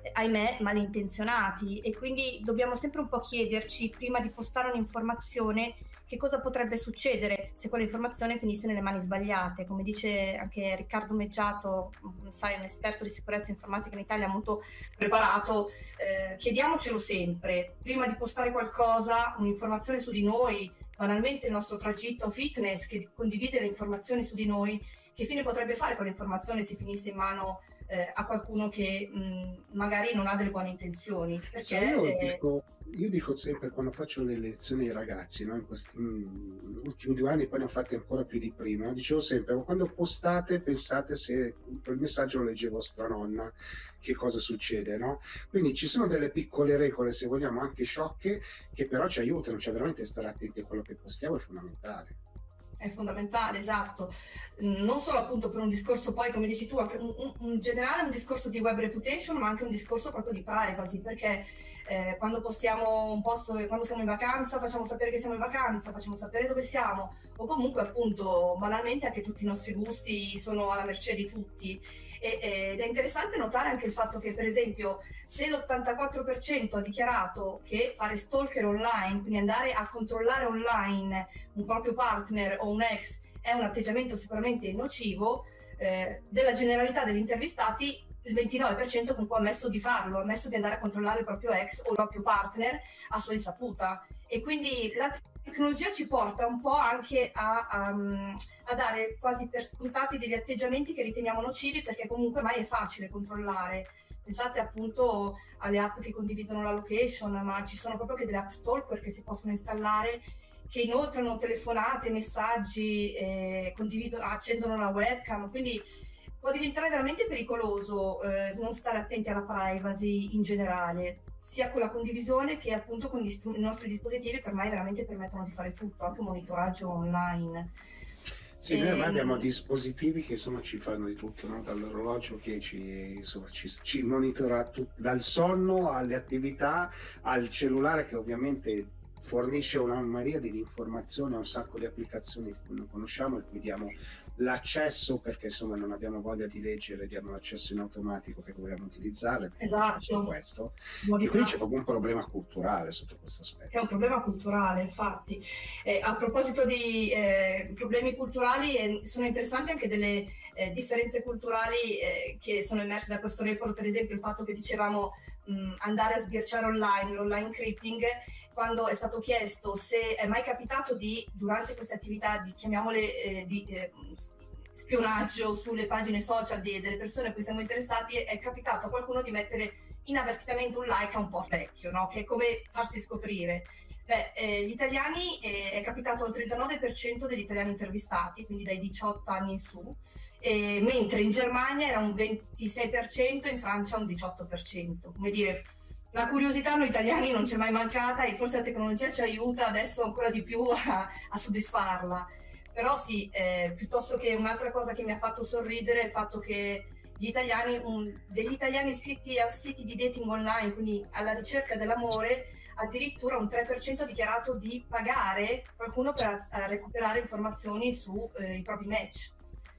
Speaker 4: ahimè, malintenzionati, e quindi dobbiamo sempre un po' chiederci, prima di postare un'informazione, che cosa potrebbe succedere se quell'informazione finisse nelle mani sbagliate. Come dice anche Riccardo Meggiato, sai, un esperto di sicurezza informatica in Italia molto preparato, eh, chiediamocelo sempre, prima di postare qualcosa, un'informazione su di noi, banalmente il nostro tragitto fitness che condivide le informazioni su di noi, che fine potrebbe fare quell'informazione se finisse in mano eh, a qualcuno che mh, magari non ha delle buone intenzioni? Perché
Speaker 1: Sì, io,
Speaker 4: eh,
Speaker 1: dico, io dico sempre, quando faccio le lezioni ai ragazzi, no, in questi mh, ultimi due anni, poi ne ho fatte ancora più di prima, dicevo sempre, quando postate pensate se quel messaggio lo legge vostra nonna, che cosa succede, no? Quindi ci sono delle piccole regole, se vogliamo anche sciocche, che però ci aiutano, cioè veramente stare attenti a quello che postiamo è fondamentale.
Speaker 4: È fondamentale, esatto, non solo appunto per un discorso, poi come dici tu, anche un, un, in generale un discorso di web reputation, ma anche un discorso proprio di privacy, perché eh, quando postiamo un posto, quando siamo in vacanza facciamo sapere che siamo in vacanza, facciamo sapere dove siamo, o comunque appunto banalmente anche tutti i nostri gusti sono alla mercé di tutti. E, ed è interessante notare anche il fatto che, per esempio, se l'ottantaquattro per cento ha dichiarato che fare stalker online, quindi andare a controllare online un proprio partner o un ex, è un atteggiamento sicuramente nocivo, eh, della generalità degli intervistati il ventinove per cento comunque ha ammesso di farlo, ha ammesso di andare a controllare il proprio ex o il proprio partner a sua insaputa. E quindi la tecnologia ci porta un po' anche a, a, a dare quasi per scontati degli atteggiamenti che riteniamo nocivi, perché comunque mai è facile controllare. Pensate appunto alle app che condividono la location, ma ci sono proprio anche delle app stalker che si possono installare, che inoltrano telefonate, messaggi, eh, condividono, accendono la webcam, quindi può diventare veramente pericoloso eh, non stare attenti alla privacy in generale, sia con la condivisione che appunto con gli st- i nostri dispositivi, che ormai veramente permettono di fare tutto, anche un monitoraggio online.
Speaker 1: Sì, noi ormai abbiamo dispositivi che insomma ci fanno di tutto, no? Dall'orologio che ci, insomma, ci, ci monitora tut- dal sonno alle attività, al cellulare che ovviamente fornisce una marea di informazioni a un sacco di applicazioni che non conosciamo e cui diamo l'accesso perché insomma non abbiamo voglia di leggere, diamo l'accesso in automatico perché vogliamo utilizzarle.
Speaker 4: Esatto.
Speaker 1: Questo. E quindi c'è proprio un problema culturale sotto questo aspetto.
Speaker 4: C'è un problema culturale, infatti. Eh, a proposito di eh, problemi culturali, eh, sono interessanti anche delle eh, differenze culturali eh, che sono emerse da questo report, per esempio il fatto che dicevamo mh, andare a sbirciare online, l'online creeping, quando è stato chiesto se è mai capitato di, durante queste attività di, chiamiamole, eh, di eh, spionaggio sulle pagine social di, delle persone a cui siamo interessati, è capitato a qualcuno di mettere inavvertitamente un like a un post vecchio, no? Che è come farsi scoprire. Beh, eh, gli italiani, eh, è capitato al trentanove per cento degli italiani intervistati, quindi dai diciotto anni in su, eh, mentre in Germania era un ventisei per cento, in Francia un diciotto per cento. Come dire, la curiosità a noi italiani non c'è mai mancata e forse la tecnologia ci aiuta adesso ancora di più a, a soddisfarla. Però sì, eh, piuttosto che un'altra cosa che mi ha fatto sorridere è il fatto che gli italiani, un, degli italiani iscritti a siti di dating online, quindi alla ricerca dell'amore, addirittura un tre per cento ha dichiarato di pagare qualcuno per a, a recuperare informazioni sui eh, propri match.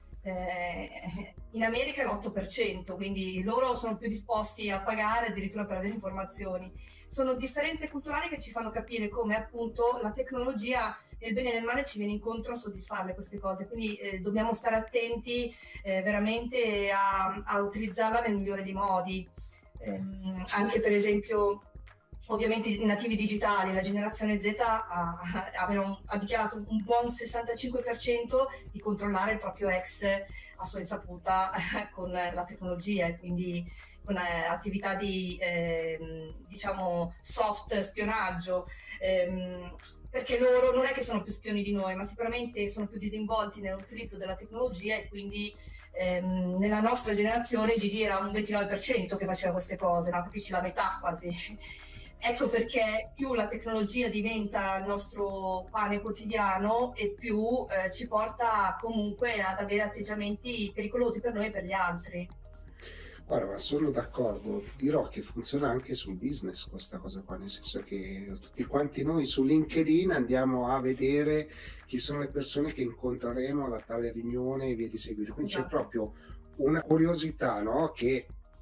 Speaker 4: Eh, in America è l'otto per cento, quindi loro sono più disposti a pagare addirittura per avere informazioni. Sono differenze culturali che ci fanno capire come appunto la tecnologia nel bene e nel male ci viene incontro a soddisfarle queste cose, quindi eh, dobbiamo stare attenti eh, veramente a, a utilizzarla nel migliore dei modi. Eh, anche per esempio, ovviamente i nativi digitali, la generazione Z ha, ha, ha dichiarato un buon sessantacinque per cento di controllare il proprio ex a sua insaputa con la tecnologia, e quindi con eh, attività di eh, diciamo soft spionaggio, ehm, perché loro non è che sono più spioni di noi, ma sicuramente sono più disinvolti nell'utilizzo della tecnologia, e quindi ehm, nella nostra generazione Gigi era un ventinove per cento che faceva queste cose, no? Capisci, la metà quasi. Ecco perché più la tecnologia diventa il nostro pane quotidiano e più eh, ci porta comunque ad avere atteggiamenti pericolosi per noi e per gli altri.
Speaker 1: Guarda, ma sono d'accordo, ti dirò che funziona anche sul business questa cosa qua, nel senso che tutti quanti noi su LinkedIn andiamo a vedere chi sono le persone che incontreremo alla tale riunione e via di seguito, quindi esatto. C'è proprio una curiosità, no? Che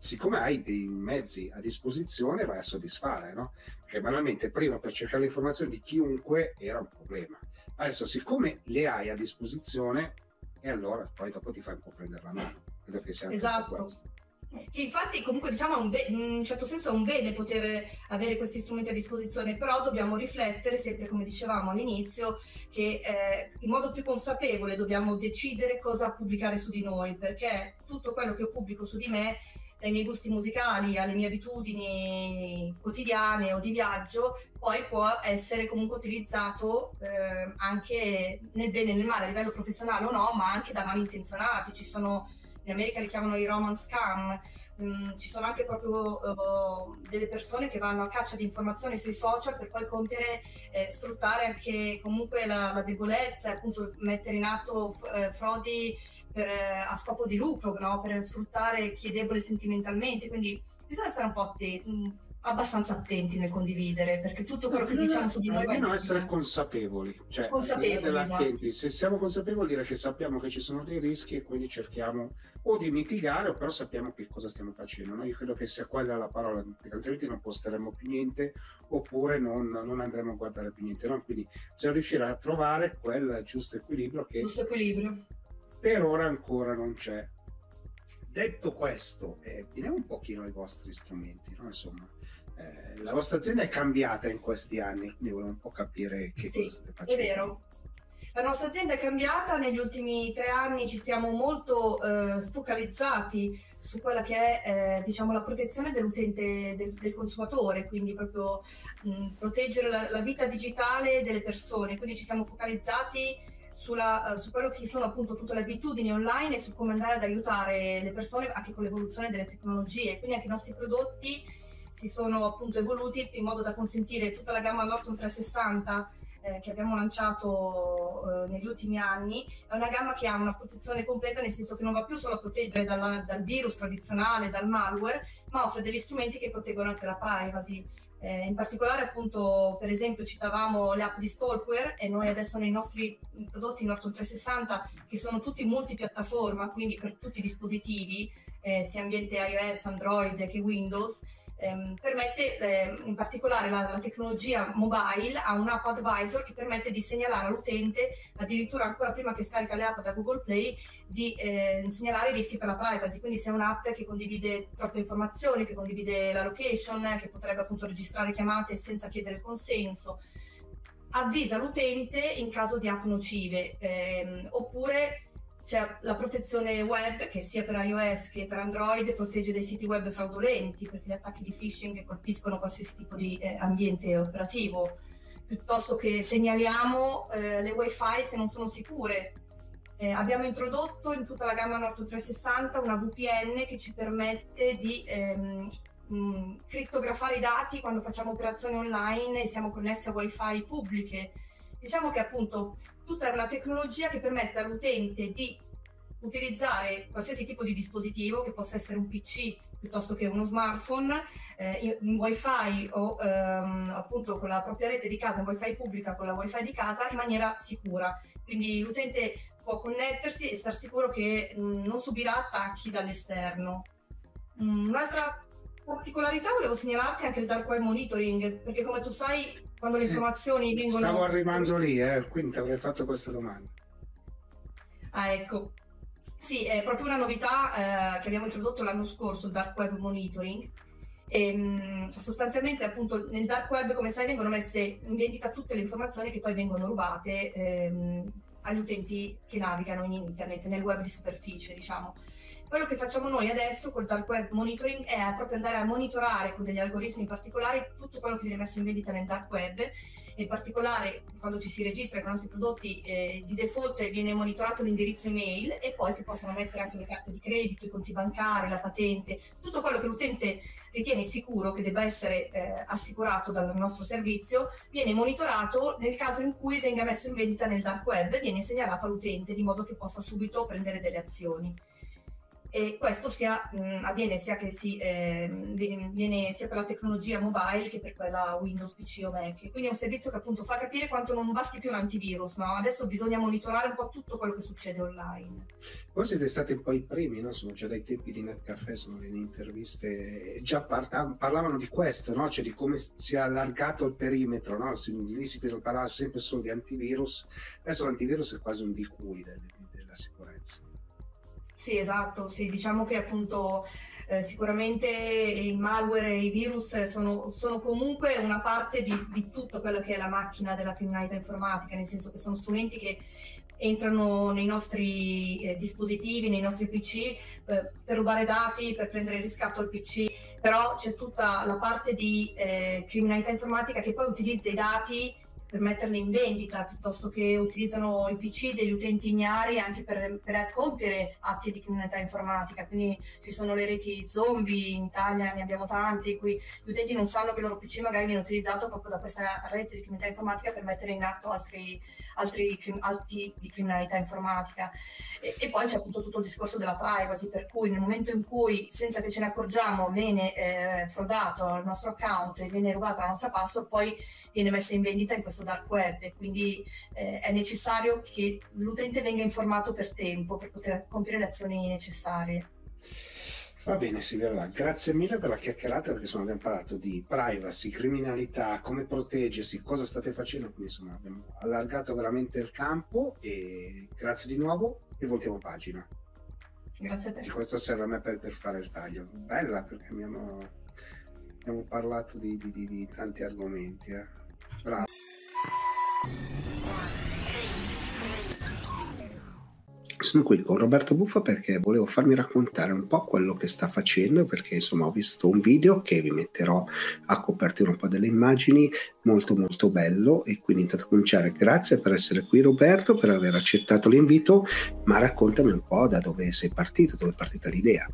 Speaker 1: siccome hai dei mezzi a disposizione vai a soddisfare, no? Perché banalmente prima per cercare le informazioni di chiunque era un problema, adesso siccome le hai a disposizione e allora poi dopo ti fai un po' prendere la mano. Credo che sia
Speaker 4: esatto.
Speaker 1: questo.
Speaker 4: Che infatti comunque diciamo un be- in un certo senso è un bene poter avere questi strumenti a disposizione, però dobbiamo riflettere sempre, come dicevamo all'inizio, che eh, in modo più consapevole dobbiamo decidere cosa pubblicare su di noi, perché tutto quello che io pubblico su di me, dai miei gusti musicali alle mie abitudini quotidiane o di viaggio, poi può essere comunque utilizzato eh, anche nel bene e nel male, a livello professionale o no, ma anche da malintenzionati. Ci sono, in America li chiamano i romance scam, um, ci sono anche proprio uh, delle persone che vanno a caccia di informazioni sui social per poi compiere, eh, sfruttare anche comunque la, la debolezza, appunto mettere in atto f- eh, frodi per, eh, a scopo di lucro, no? Per sfruttare chi è debole sentimentalmente, quindi bisogna stare un po' attenti, abbastanza attenti nel condividere, perché tutto quello no, che diciamo su di noi
Speaker 1: almeno essere bene. consapevoli, cioè consapevoli, esatto. Se siamo consapevoli vuol dire che sappiamo che ci sono dei rischi e quindi cerchiamo o di mitigare o però sappiamo che cosa stiamo facendo, no? Io credo che sia quella la parola, perché altrimenti non posteremo più niente oppure non, non andremo a guardare più niente, no? Quindi bisogna riuscire a trovare quel giusto equilibrio che
Speaker 4: giusto equilibrio.
Speaker 1: Per ora ancora non c'è. Detto questo, eh, vediamo un pochino i vostri strumenti, no? Insomma, eh, la vostra azienda è cambiata in questi anni, quindi volevo un po' capire che
Speaker 4: sì,
Speaker 1: cosa state facendo.
Speaker 4: È vero. La nostra azienda è cambiata, negli ultimi tre anni ci stiamo molto eh, focalizzati su quella che è eh, diciamo la protezione dell'utente, del, del consumatore, quindi proprio mh, proteggere la, la vita digitale delle persone, quindi ci siamo focalizzati Sulla, uh, su quello che sono appunto tutte le abitudini online e su come andare ad aiutare le persone anche con l'evoluzione delle tecnologie. Quindi anche i nostri prodotti si sono appunto evoluti in modo da consentire tutta la gamma Norton trecentosessanta eh, che abbiamo lanciato eh, negli ultimi anni. È una gamma che ha una protezione completa, nel senso che non va più solo a proteggere dalla, dal virus tradizionale, dal malware, ma offre degli strumenti che proteggono anche la privacy. Eh, in particolare appunto per esempio citavamo le app di stalkware e noi adesso nei nostri prodotti Norton trecentosessanta che sono tutti multipiattaforma, quindi per tutti i dispositivi eh, sia ambiente iOS, Android che Windows, ehm, permette eh, in particolare la, la tecnologia mobile ha un'app advisor che permette di segnalare all'utente, addirittura ancora prima che scarica le app da Google Play, di eh, segnalare i rischi per la privacy. Quindi se è un'app che condivide troppe informazioni, che condivide la location, che potrebbe appunto registrare chiamate senza chiedere il consenso, avvisa l'utente in caso di app nocive, ehm, oppure c'è la protezione web che sia per iOS che per Android protegge dei siti web fraudolenti, perché gli attacchi di phishing colpiscono qualsiasi tipo di eh, ambiente operativo, piuttosto che segnaliamo eh, le wifi se non sono sicure. Eh, abbiamo introdotto in tutta la gamma Norton trecentosessanta una V P N che ci permette di ehm, mh, crittografare i dati quando facciamo operazioni online e siamo connessi a wifi pubbliche. Diciamo che appunto tutta una tecnologia che permette all'utente di utilizzare qualsiasi tipo di dispositivo, che possa essere un P C piuttosto che uno smartphone, eh, in wifi o ehm, appunto con la propria rete di casa, in wifi pubblica con la wifi di casa, in maniera sicura. Quindi l'utente può connettersi e star sicuro che mh, non subirà attacchi dall'esterno. Mm, un'altra particolarità volevo segnalarti anche il dark web monitoring, perché come tu sai quando le informazioni eh, vengono...
Speaker 1: Stavo arrivando lì, eh, quindi ti avrei fatto questa domanda.
Speaker 4: Ah, ecco. Sì, è proprio una novità eh, che abbiamo introdotto l'anno scorso, il dark web monitoring. E, mh, sostanzialmente appunto nel dark web, come sai, vengono messe in vendita tutte le informazioni che poi vengono rubate ehm, agli utenti che navigano in internet, nel web di superficie, diciamo. Quello che facciamo noi adesso col dark web monitoring è proprio andare a monitorare con degli algoritmi particolari tutto quello che viene messo in vendita nel dark web. In particolare quando ci si registra con i nostri prodotti eh, di default viene monitorato l'indirizzo email e poi si possono mettere anche le carte di credito, i conti bancari, la patente, tutto quello che l'utente ritiene sicuro che debba essere eh, assicurato dal nostro servizio viene monitorato. Nel caso in cui venga messo in vendita nel dark web viene segnalato all'utente di modo che possa subito prendere delle azioni. e questo sia, mh, avviene sia che si eh, viene sia per la tecnologia mobile che per quella Windows, P C o Mac. Quindi è un servizio che appunto fa capire quanto non basti più un antivirus, no? Adesso bisogna monitorare un po' tutto quello che succede online.
Speaker 1: Voi siete stati un po' i primi, no? Sono già dai tempi di Netcafé, sono le interviste, già parla- parlavano di questo, no? Cioè di come si è allargato il perimetro, no? Lì si parlava sempre solo di antivirus, adesso l'antivirus è quasi un D Q I della, della sicurezza.
Speaker 4: Sì, esatto, sì, diciamo che appunto eh, sicuramente i malware e i virus sono, sono comunque una parte di, di tutto quello che è la macchina della criminalità informatica, nel senso che sono strumenti che entrano nei nostri eh, dispositivi, nei nostri P C eh, per rubare dati, per prendere riscatto al P C, però c'è tutta la parte di eh, criminalità informatica che poi utilizza i dati per metterli in vendita, piuttosto che utilizzano i P C degli utenti ignari anche per, per compiere atti di criminalità informatica. Quindi ci sono le reti zombie, in Italia ne abbiamo tanti, in cui gli utenti non sanno che il loro P C magari viene utilizzato proprio da questa rete di criminalità informatica per mettere in atto altri, altri crim- atti di criminalità informatica. E, e poi c'è appunto tutto il discorso della privacy, per cui nel momento in cui, senza che ce ne accorgiamo, viene eh, frodato il nostro account e viene rubata la nostra password, poi viene messa in vendita in questo dark web, e quindi eh, è necessario che l'utente venga informato per tempo per poter compiere le azioni necessarie.
Speaker 1: Va bene Silvia, grazie mille per la chiacchierata, perché insomma abbiamo parlato di privacy, criminalità, come proteggersi, cosa state facendo, quindi insomma abbiamo allargato veramente il campo, e grazie di nuovo e voltiamo pagina.
Speaker 4: Grazie a te.
Speaker 1: E questo serve a me per, per fare il taglio. Bella, perché abbiamo, abbiamo parlato di, di, di, di tanti argomenti. Eh. Bravo. Sono qui con Roberto Buffa perché volevo farmi raccontare un po' quello che sta facendo, perché insomma ho visto un video che vi metterò a copertura un po' delle immagini, molto molto bello, e quindi intanto cominciare. Grazie per essere qui Roberto, per aver accettato l'invito, ma raccontami un po' da dove sei partito, dove è partita l'idea.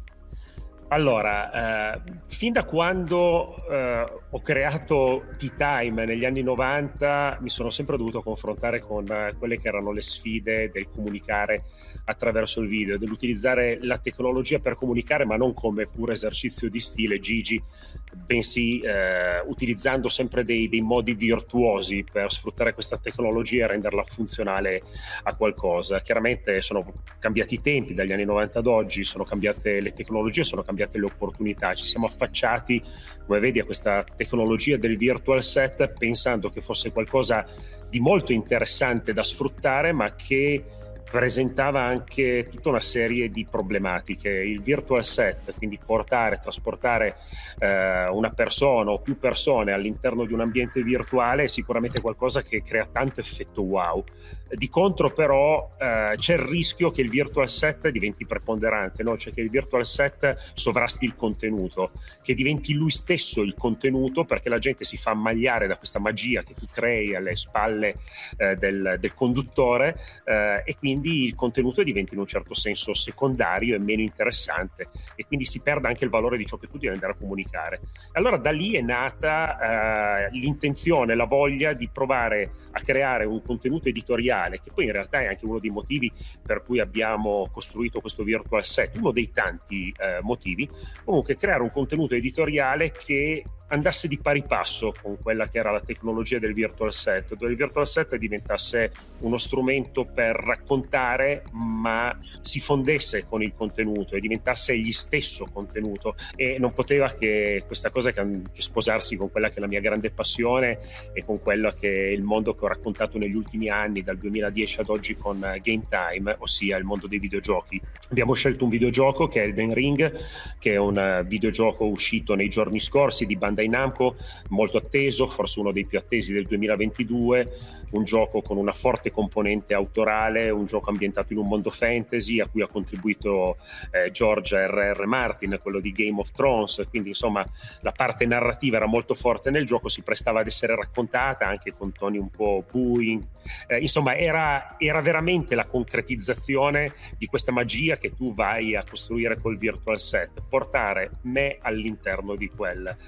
Speaker 5: Allora, eh, fin da quando eh, ho creato T-Time negli anni novanta mi sono sempre dovuto confrontare con eh, quelle che erano le sfide del comunicare attraverso il video, dell'utilizzare la tecnologia per comunicare, ma non come puro esercizio di stile Gigi, bensì eh, utilizzando sempre dei, dei modi virtuosi per sfruttare questa tecnologia e renderla funzionale a qualcosa. Chiaramente sono cambiati i tempi dagli anni novanta ad oggi, sono cambiate le tecnologie, sono cambiate le opportunità, ci siamo affacciati, come vedi, a questa tecnologia del virtual set pensando che fosse qualcosa di molto interessante da sfruttare, ma che presentava anche tutta una serie di problematiche. Il virtual set, quindi portare, trasportare eh, una persona o più persone all'interno di un ambiente virtuale, è sicuramente qualcosa che crea tanto effetto wow. Di contro però eh, c'è il rischio che il virtual set diventi preponderante, no? Cioè che il virtual set sovrasti il contenuto, che diventi lui stesso il contenuto, perché la gente si fa ammagliare da questa magia che tu crei alle spalle eh, del, del conduttore eh, e quindi il contenuto diventa in un certo senso secondario e meno interessante, e quindi si perde anche il valore di ciò che tu devi andare a comunicare. Allora da lì è nata eh, l'intenzione, la voglia di provare a creare un contenuto editoriale, che poi in realtà è anche uno dei motivi per cui abbiamo costruito questo virtual set, uno dei tanti eh, motivi. Comunque creare un contenuto editoriale che andasse di pari passo con quella che era la tecnologia del virtual set, dove il virtual set diventasse uno strumento per raccontare, ma si fondesse con il contenuto e diventasse egli stesso contenuto, e non poteva che questa cosa che, che sposarsi con quella che è la mia grande passione e con quello che è il mondo che ho raccontato negli ultimi anni, dal duemiladieci ad oggi con Game Time, ossia il mondo dei videogiochi. Abbiamo scelto un videogioco che è Elden Ring, che è un videogioco uscito nei giorni scorsi di Bandai Namco, molto atteso, forse uno dei più attesi del duemilaventidue, un gioco con una forte componente autorale, un gioco ambientato in un mondo fantasy a cui ha contribuito eh, George R R. Martin, quello di Game of Thrones, quindi insomma la parte narrativa era molto forte nel gioco, si prestava ad essere raccontata anche con toni un po' booing, eh, insomma era, era veramente la concretizzazione di questa magia che tu vai a costruire col virtual set, portare me all'interno di quel eh,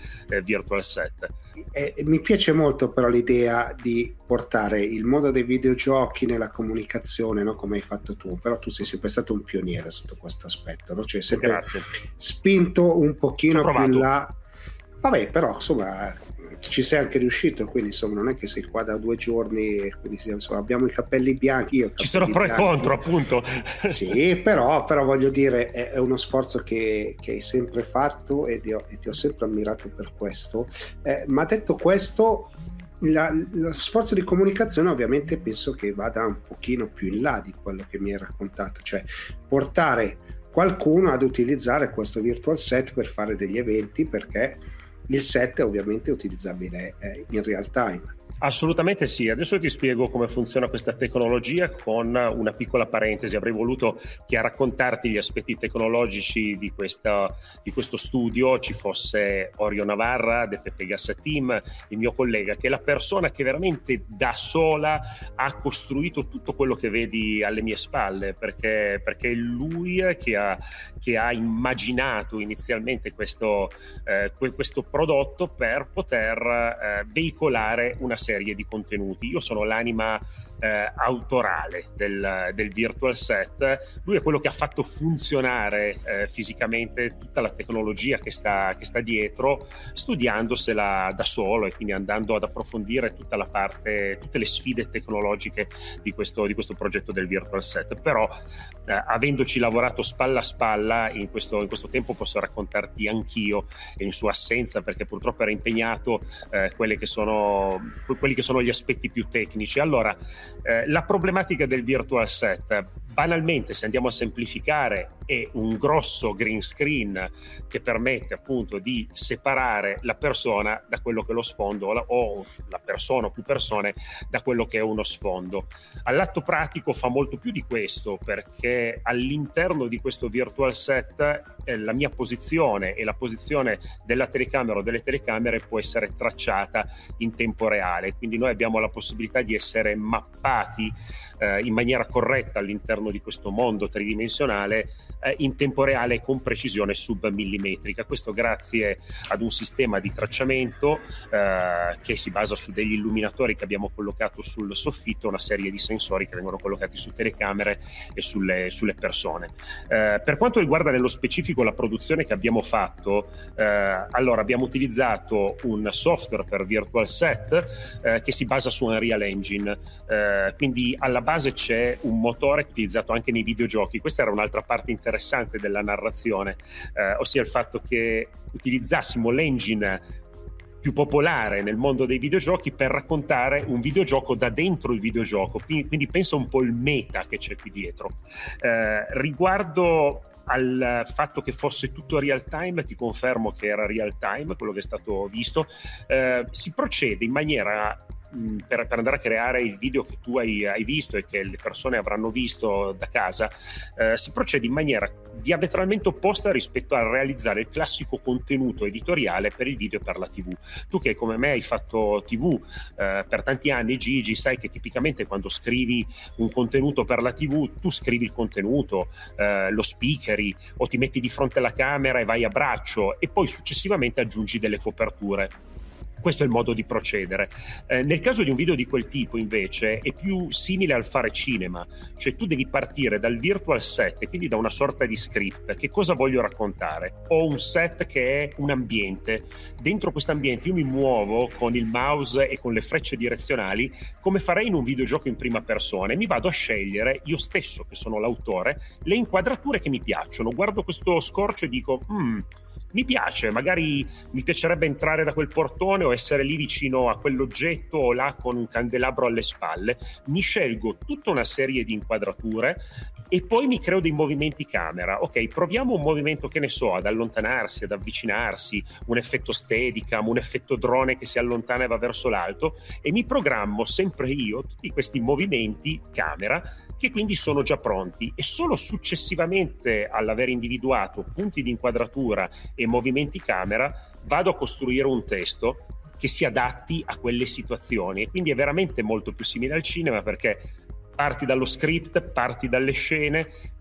Speaker 5: virtual set.
Speaker 1: Eh, mi piace molto però l'idea di portare il mondo dei videogiochi nella comunicazione, no? Come hai fatto tu, però tu sei sempre stato un pioniere sotto questo aspetto, no? Cioè sempre
Speaker 5: Grazie.
Speaker 1: spinto un pochino più in là. Vabbè, però insomma ci sei anche riuscito, quindi insomma non è che sei qua da due giorni e quindi insomma, abbiamo i capelli bianchi. Io
Speaker 5: ci sono pro e contro, appunto.
Speaker 1: Sì, però, però voglio dire è, è uno sforzo che, che hai sempre fatto e ti ho, e ti ho sempre ammirato per questo, eh, ma detto questo, la, lo sforzo di comunicazione ovviamente penso che vada un pochino più in là di quello che mi hai raccontato, cioè portare qualcuno ad utilizzare questo virtual set per fare degli eventi, perché il set è ovviamente utilizzabile eh, in real time.
Speaker 5: Assolutamente sì, adesso ti spiego come funziona questa tecnologia con una piccola parentesi. Avrei voluto che a raccontarti gli aspetti tecnologici di, questa, di questo studio ci fosse Orio Navarra del Pepe Gassa Team, il mio collega, che è la persona che veramente da sola ha costruito tutto quello che vedi alle mie spalle, perché, perché è lui che ha, che ha immaginato inizialmente questo, eh, questo prodotto per poter eh, veicolare una serie di contenuti. Io sono l'anima eh, autorale del, del virtual set, lui è quello che ha fatto funzionare eh, fisicamente tutta la tecnologia che sta, che sta dietro, studiandosela da solo e quindi andando ad approfondire tutta la parte, tutte le sfide tecnologiche di questo, di questo progetto del virtual set. Però eh, avendoci lavorato spalla a spalla in questo, in questo tempo posso raccontarti anch'io, e in sua assenza perché purtroppo era impegnato, eh, quelle che sono, quelli che sono gli aspetti più tecnici. Allora, eh, la problematica del virtual set, banalmente, se andiamo a semplificare, è un grosso green screen che permette appunto di separare la persona da quello che è lo sfondo, o la persona o più persone da quello che è uno sfondo. All'atto pratico fa molto più di questo, perché all'interno di questo virtual set eh, la mia posizione e la posizione della telecamera o delle telecamere può essere tracciata in tempo reale, quindi noi abbiamo la possibilità di essere mappati eh, in maniera corretta all'interno di questo mondo tridimensionale eh, in tempo reale con precisione submillimetrica. Questo grazie ad un sistema di tracciamento eh, che si basa su degli illuminatori che abbiamo collocato sul soffitto, una serie di sensori che vengono collocati su telecamere e sulle, sulle persone. Eh, per quanto riguarda nello specifico la produzione che abbiamo fatto, eh, allora abbiamo utilizzato un software per virtual set eh, che si basa su Unreal Engine, eh, quindi alla base c'è un motore utilizzato anche nei videogiochi. Questa era un'altra parte interessante della narrazione, eh, ossia il fatto che utilizzassimo l'engine più popolare nel mondo dei videogiochi per raccontare un videogioco da dentro il videogioco, quindi pensa un po' il meta che c'è qui dietro. Eh, riguardo al fatto che fosse tutto real time, ti confermo che era real time quello che è stato visto. Eh, si procede in maniera Per, per andare a creare il video che tu hai, hai visto e che le persone avranno visto da casa, eh, si procede in maniera diametralmente opposta rispetto a realizzare il classico contenuto editoriale per il video e per la tivù. Tu che come me hai fatto tivù eh, per tanti anni, Gigi, sai che tipicamente quando scrivi un contenuto per la tivù tu scrivi il contenuto, eh, lo speakeri o ti metti di fronte alla camera e vai a braccio e poi successivamente aggiungi delle coperture. Questo è il modo di procedere. Eh, nel caso di un video di quel tipo, invece, è più simile al fare cinema, cioè tu devi partire dal virtual set e quindi da una sorta di script. Che cosa voglio raccontare? Ho un set che è un ambiente. Dentro questo ambiente io mi muovo con il mouse e con le frecce direzionali come farei in un videogioco in prima persona e mi vado a scegliere, io stesso che sono l'autore, le inquadrature che mi piacciono. Guardo questo scorcio e dico hmm, mi piace, magari mi piacerebbe entrare da quel portone o essere lì vicino a quell'oggetto o là con un candelabro alle spalle. Mi scelgo tutta una serie di inquadrature e poi mi creo dei movimenti camera. Ok, proviamo un movimento, che ne so, ad allontanarsi, ad avvicinarsi, un effetto steadicam, un effetto drone che si allontana e va verso l'alto, e mi programmo sempre io tutti questi movimenti camera che quindi sono già pronti, e solo successivamente all'aver individuato punti di inquadratura e movimenti camera vado a costruire un testo che si adatti a quelle situazioni. E quindi è veramente molto più simile al cinema, perché parti dallo script, parti dalle scene,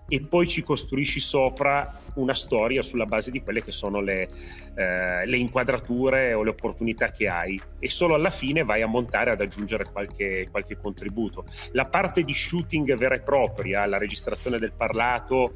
Speaker 5: e poi ci costruisci sopra una storia sulla base di quelle che sono le, eh, le inquadrature o le opportunità che hai, e solo alla fine vai a montare, ad aggiungere qualche, qualche contributo. La parte di shooting vera e propria, la registrazione del parlato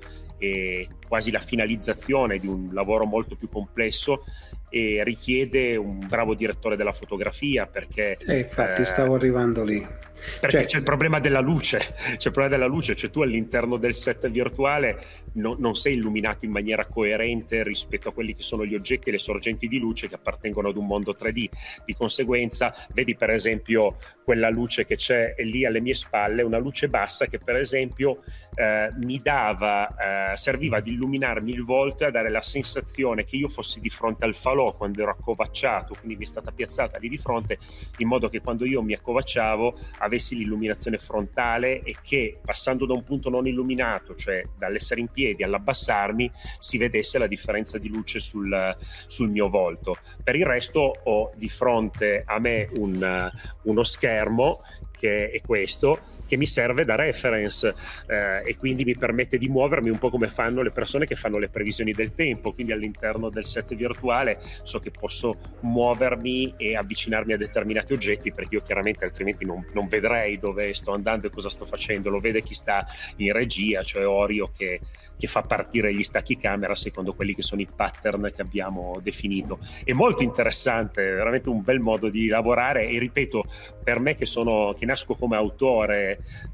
Speaker 5: e quasi la finalizzazione di un lavoro molto più complesso, e richiede un bravo direttore della fotografia, perché
Speaker 1: eh, infatti
Speaker 5: eh,
Speaker 1: stavo arrivando lì.
Speaker 5: Perché
Speaker 1: Cioè,
Speaker 5: c'è il problema della luce, c'è il problema della luce, cioè tu all'interno del set virtuale no, non sei illuminato in maniera coerente rispetto a quelli che sono gli oggetti e le sorgenti di luce che appartengono ad un mondo tre D. Di conseguenza, vedi per esempio quella luce che c'è lì alle mie spalle, una luce bassa che per esempio eh, mi dava, eh, serviva ad illuminarmi il volto e a dare la sensazione che io fossi di fronte al falò quando ero accovacciato, quindi mi è stata piazzata lì di fronte, in modo che quando io mi accovacciavo avessi l'illuminazione frontale e che, passando da un punto non illuminato, cioè dall'essere in piedi all'abbassarmi, si vedesse la differenza di luce sul, sul mio volto. Per il resto ho di fronte a me un, uno schermo che è questo, che mi serve da reference eh, e quindi mi permette di muovermi un po' come fanno le persone che fanno le previsioni del tempo. Quindi all'interno del set virtuale so che posso muovermi e avvicinarmi a determinati oggetti, perché io chiaramente altrimenti non, non vedrei dove sto andando e cosa sto facendo. Lo vede chi sta in regia, cioè Orio che, che fa partire gli stacchi camera secondo quelli che sono i pattern che abbiamo definito. È molto interessante, veramente un bel modo di lavorare, e ripeto, per me che sono che nasco come autore,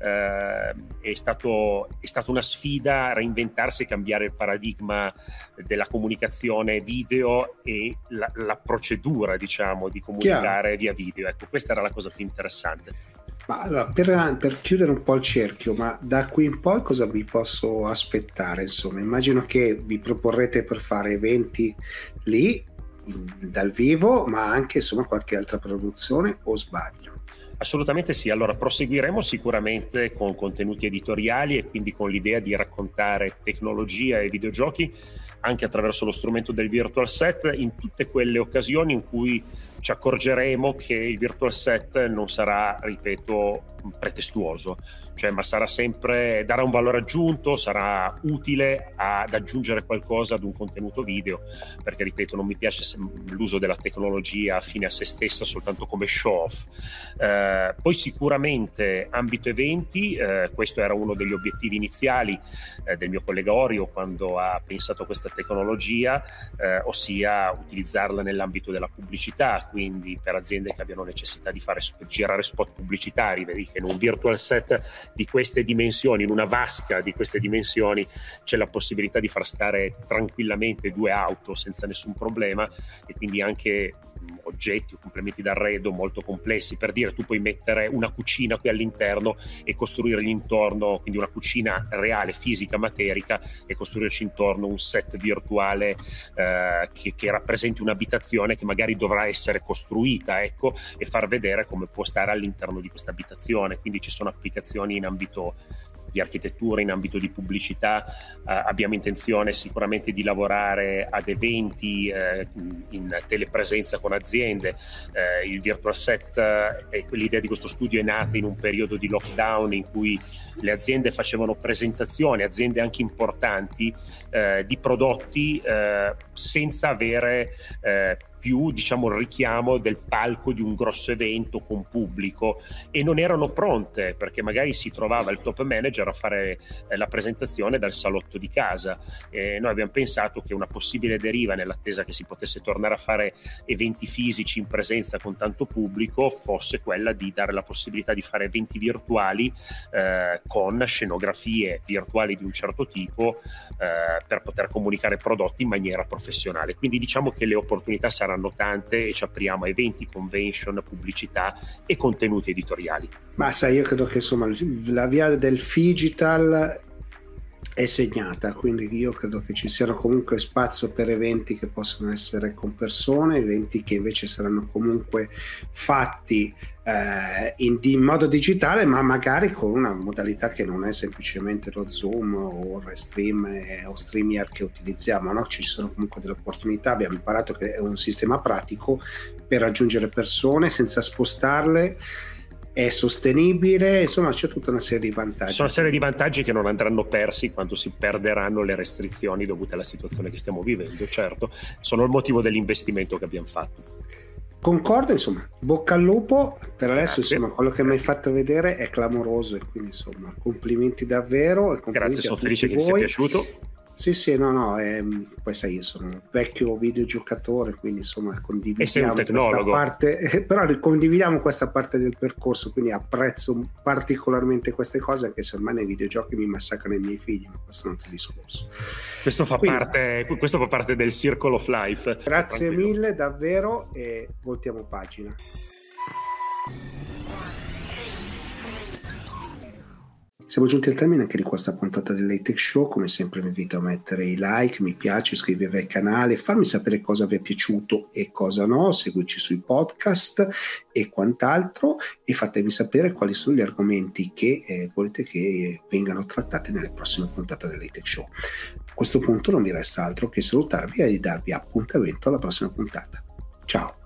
Speaker 5: eh, è stato è stata una sfida reinventarsi e cambiare il paradigma della comunicazione video e la, la procedura, diciamo, di comunicare Chiaro. via video. Ecco, questa era la cosa più interessante.
Speaker 1: Ma allora, per, per chiudere un po' il cerchio, ma da qui in poi cosa vi posso aspettare? Insomma, immagino che vi proporrete per fare eventi lì in, dal vivo, ma anche insomma qualche altra produzione, o sbaglio?
Speaker 5: Assolutamente sì, allora proseguiremo sicuramente con contenuti editoriali e quindi con l'idea di raccontare tecnologia e videogiochi anche attraverso lo strumento del virtual set, in tutte quelle occasioni in cui ci accorgeremo che il virtual set non sarà, ripeto, pretestuoso, cioè ma sarà sempre, darà un valore aggiunto, sarà utile ad aggiungere qualcosa ad un contenuto video, perché ripeto, non mi piace l'uso della tecnologia fine a se stessa soltanto come show off. Eh, poi sicuramente ambito eventi, eh, questo era uno degli obiettivi iniziali eh, del mio collega Orio quando ha pensato a questa tecnologia, eh, ossia utilizzarla nell'ambito della pubblicità, quindi per aziende che abbiano necessità di fare girare spot pubblicitari. Vedi che in un virtual set di queste dimensioni, in una vasca di queste dimensioni, c'è la possibilità di far stare tranquillamente due auto senza nessun problema, e quindi anche oggetti o complementi d'arredo molto complessi. Per dire, tu puoi mettere una cucina qui all'interno e costruirgli intorno, quindi una cucina reale, fisica, materica, e costruirci intorno un set virtuale eh, che, che rappresenti un'abitazione che magari dovrà essere costruita, ecco, e far vedere come può stare all'interno di questa abitazione. Quindi ci sono applicazioni in ambito di architettura, in ambito di pubblicità. Eh, abbiamo intenzione sicuramente di lavorare ad eventi eh, in telepresenza con aziende. Eh, il virtual set, eh, l'idea di questo studio è nata in un periodo di lockdown in cui le aziende facevano presentazioni, aziende anche importanti, eh, di prodotti eh, senza avere eh, più, diciamo, il richiamo del palco di un grosso evento con pubblico, e non erano pronte perché magari si trovava il top manager a fare eh, la presentazione dal salotto di casa. E noi abbiamo pensato che una possibile deriva, nell'attesa che si potesse tornare a fare eventi fisici in presenza con tanto pubblico, fosse quella di dare la possibilità di fare eventi virtuali eh, con scenografie virtuali di un certo tipo eh, per poter comunicare prodotti in maniera professionale. Quindi diciamo che le opportunità saranno tante e ci apriamo a eventi, convention, pubblicità e contenuti editoriali.
Speaker 1: Ma sai, io credo che insomma la via del digital è segnata, quindi io credo che ci siano comunque spazio per eventi che possono essere con persone, eventi che invece saranno comunque fatti eh, in, in modo digitale, ma magari con una modalità che non è semplicemente lo Zoom o il Restream eh, o StreamYard che utilizziamo, no? Ci sono comunque delle opportunità. Abbiamo imparato che è un sistema pratico per raggiungere persone senza spostarle è sostenibile, insomma c'è tutta una serie di vantaggi.
Speaker 5: Ci sono una serie di vantaggi che non andranno persi quando si perderanno le restrizioni dovute alla situazione che stiamo vivendo, certo, sono il motivo dell'investimento che abbiamo fatto.
Speaker 1: Concordo, insomma, bocca al lupo, per adesso
Speaker 5: Grazie.
Speaker 1: Insomma quello che mi hai fatto vedere è clamoroso e quindi insomma complimenti davvero. E complimenti.
Speaker 5: Grazie, sono felice che ti sia piaciuto.
Speaker 1: Sì, sì, no, no, ehm, poi sai, io sono un vecchio videogiocatore, quindi insomma condividiamo
Speaker 5: e sei un
Speaker 1: questa
Speaker 5: tecnologo.
Speaker 1: parte, eh, però condividiamo questa parte del percorso, quindi apprezzo particolarmente queste cose, anche se ormai nei videogiochi mi massacrano i miei figli, ma questo è un altro discorso.
Speaker 5: Questo fa,
Speaker 1: quindi,
Speaker 5: parte, questo fa parte del Circle of Life.
Speaker 1: Grazie mille, davvero, e voltiamo pagina. Siamo giunti al termine anche di questa puntata dell'High-Tech Show. Come sempre vi invito a mettere i like, mi piace, iscrivervi al canale, farmi sapere cosa vi è piaciuto e cosa no, seguirci sui podcast e quant'altro, e fatemi sapere quali sono gli argomenti che eh, volete che vengano trattati nelle prossime puntate dell'High-Tech Show. A questo punto non mi resta altro che salutarvi e darvi appuntamento alla prossima puntata. Ciao!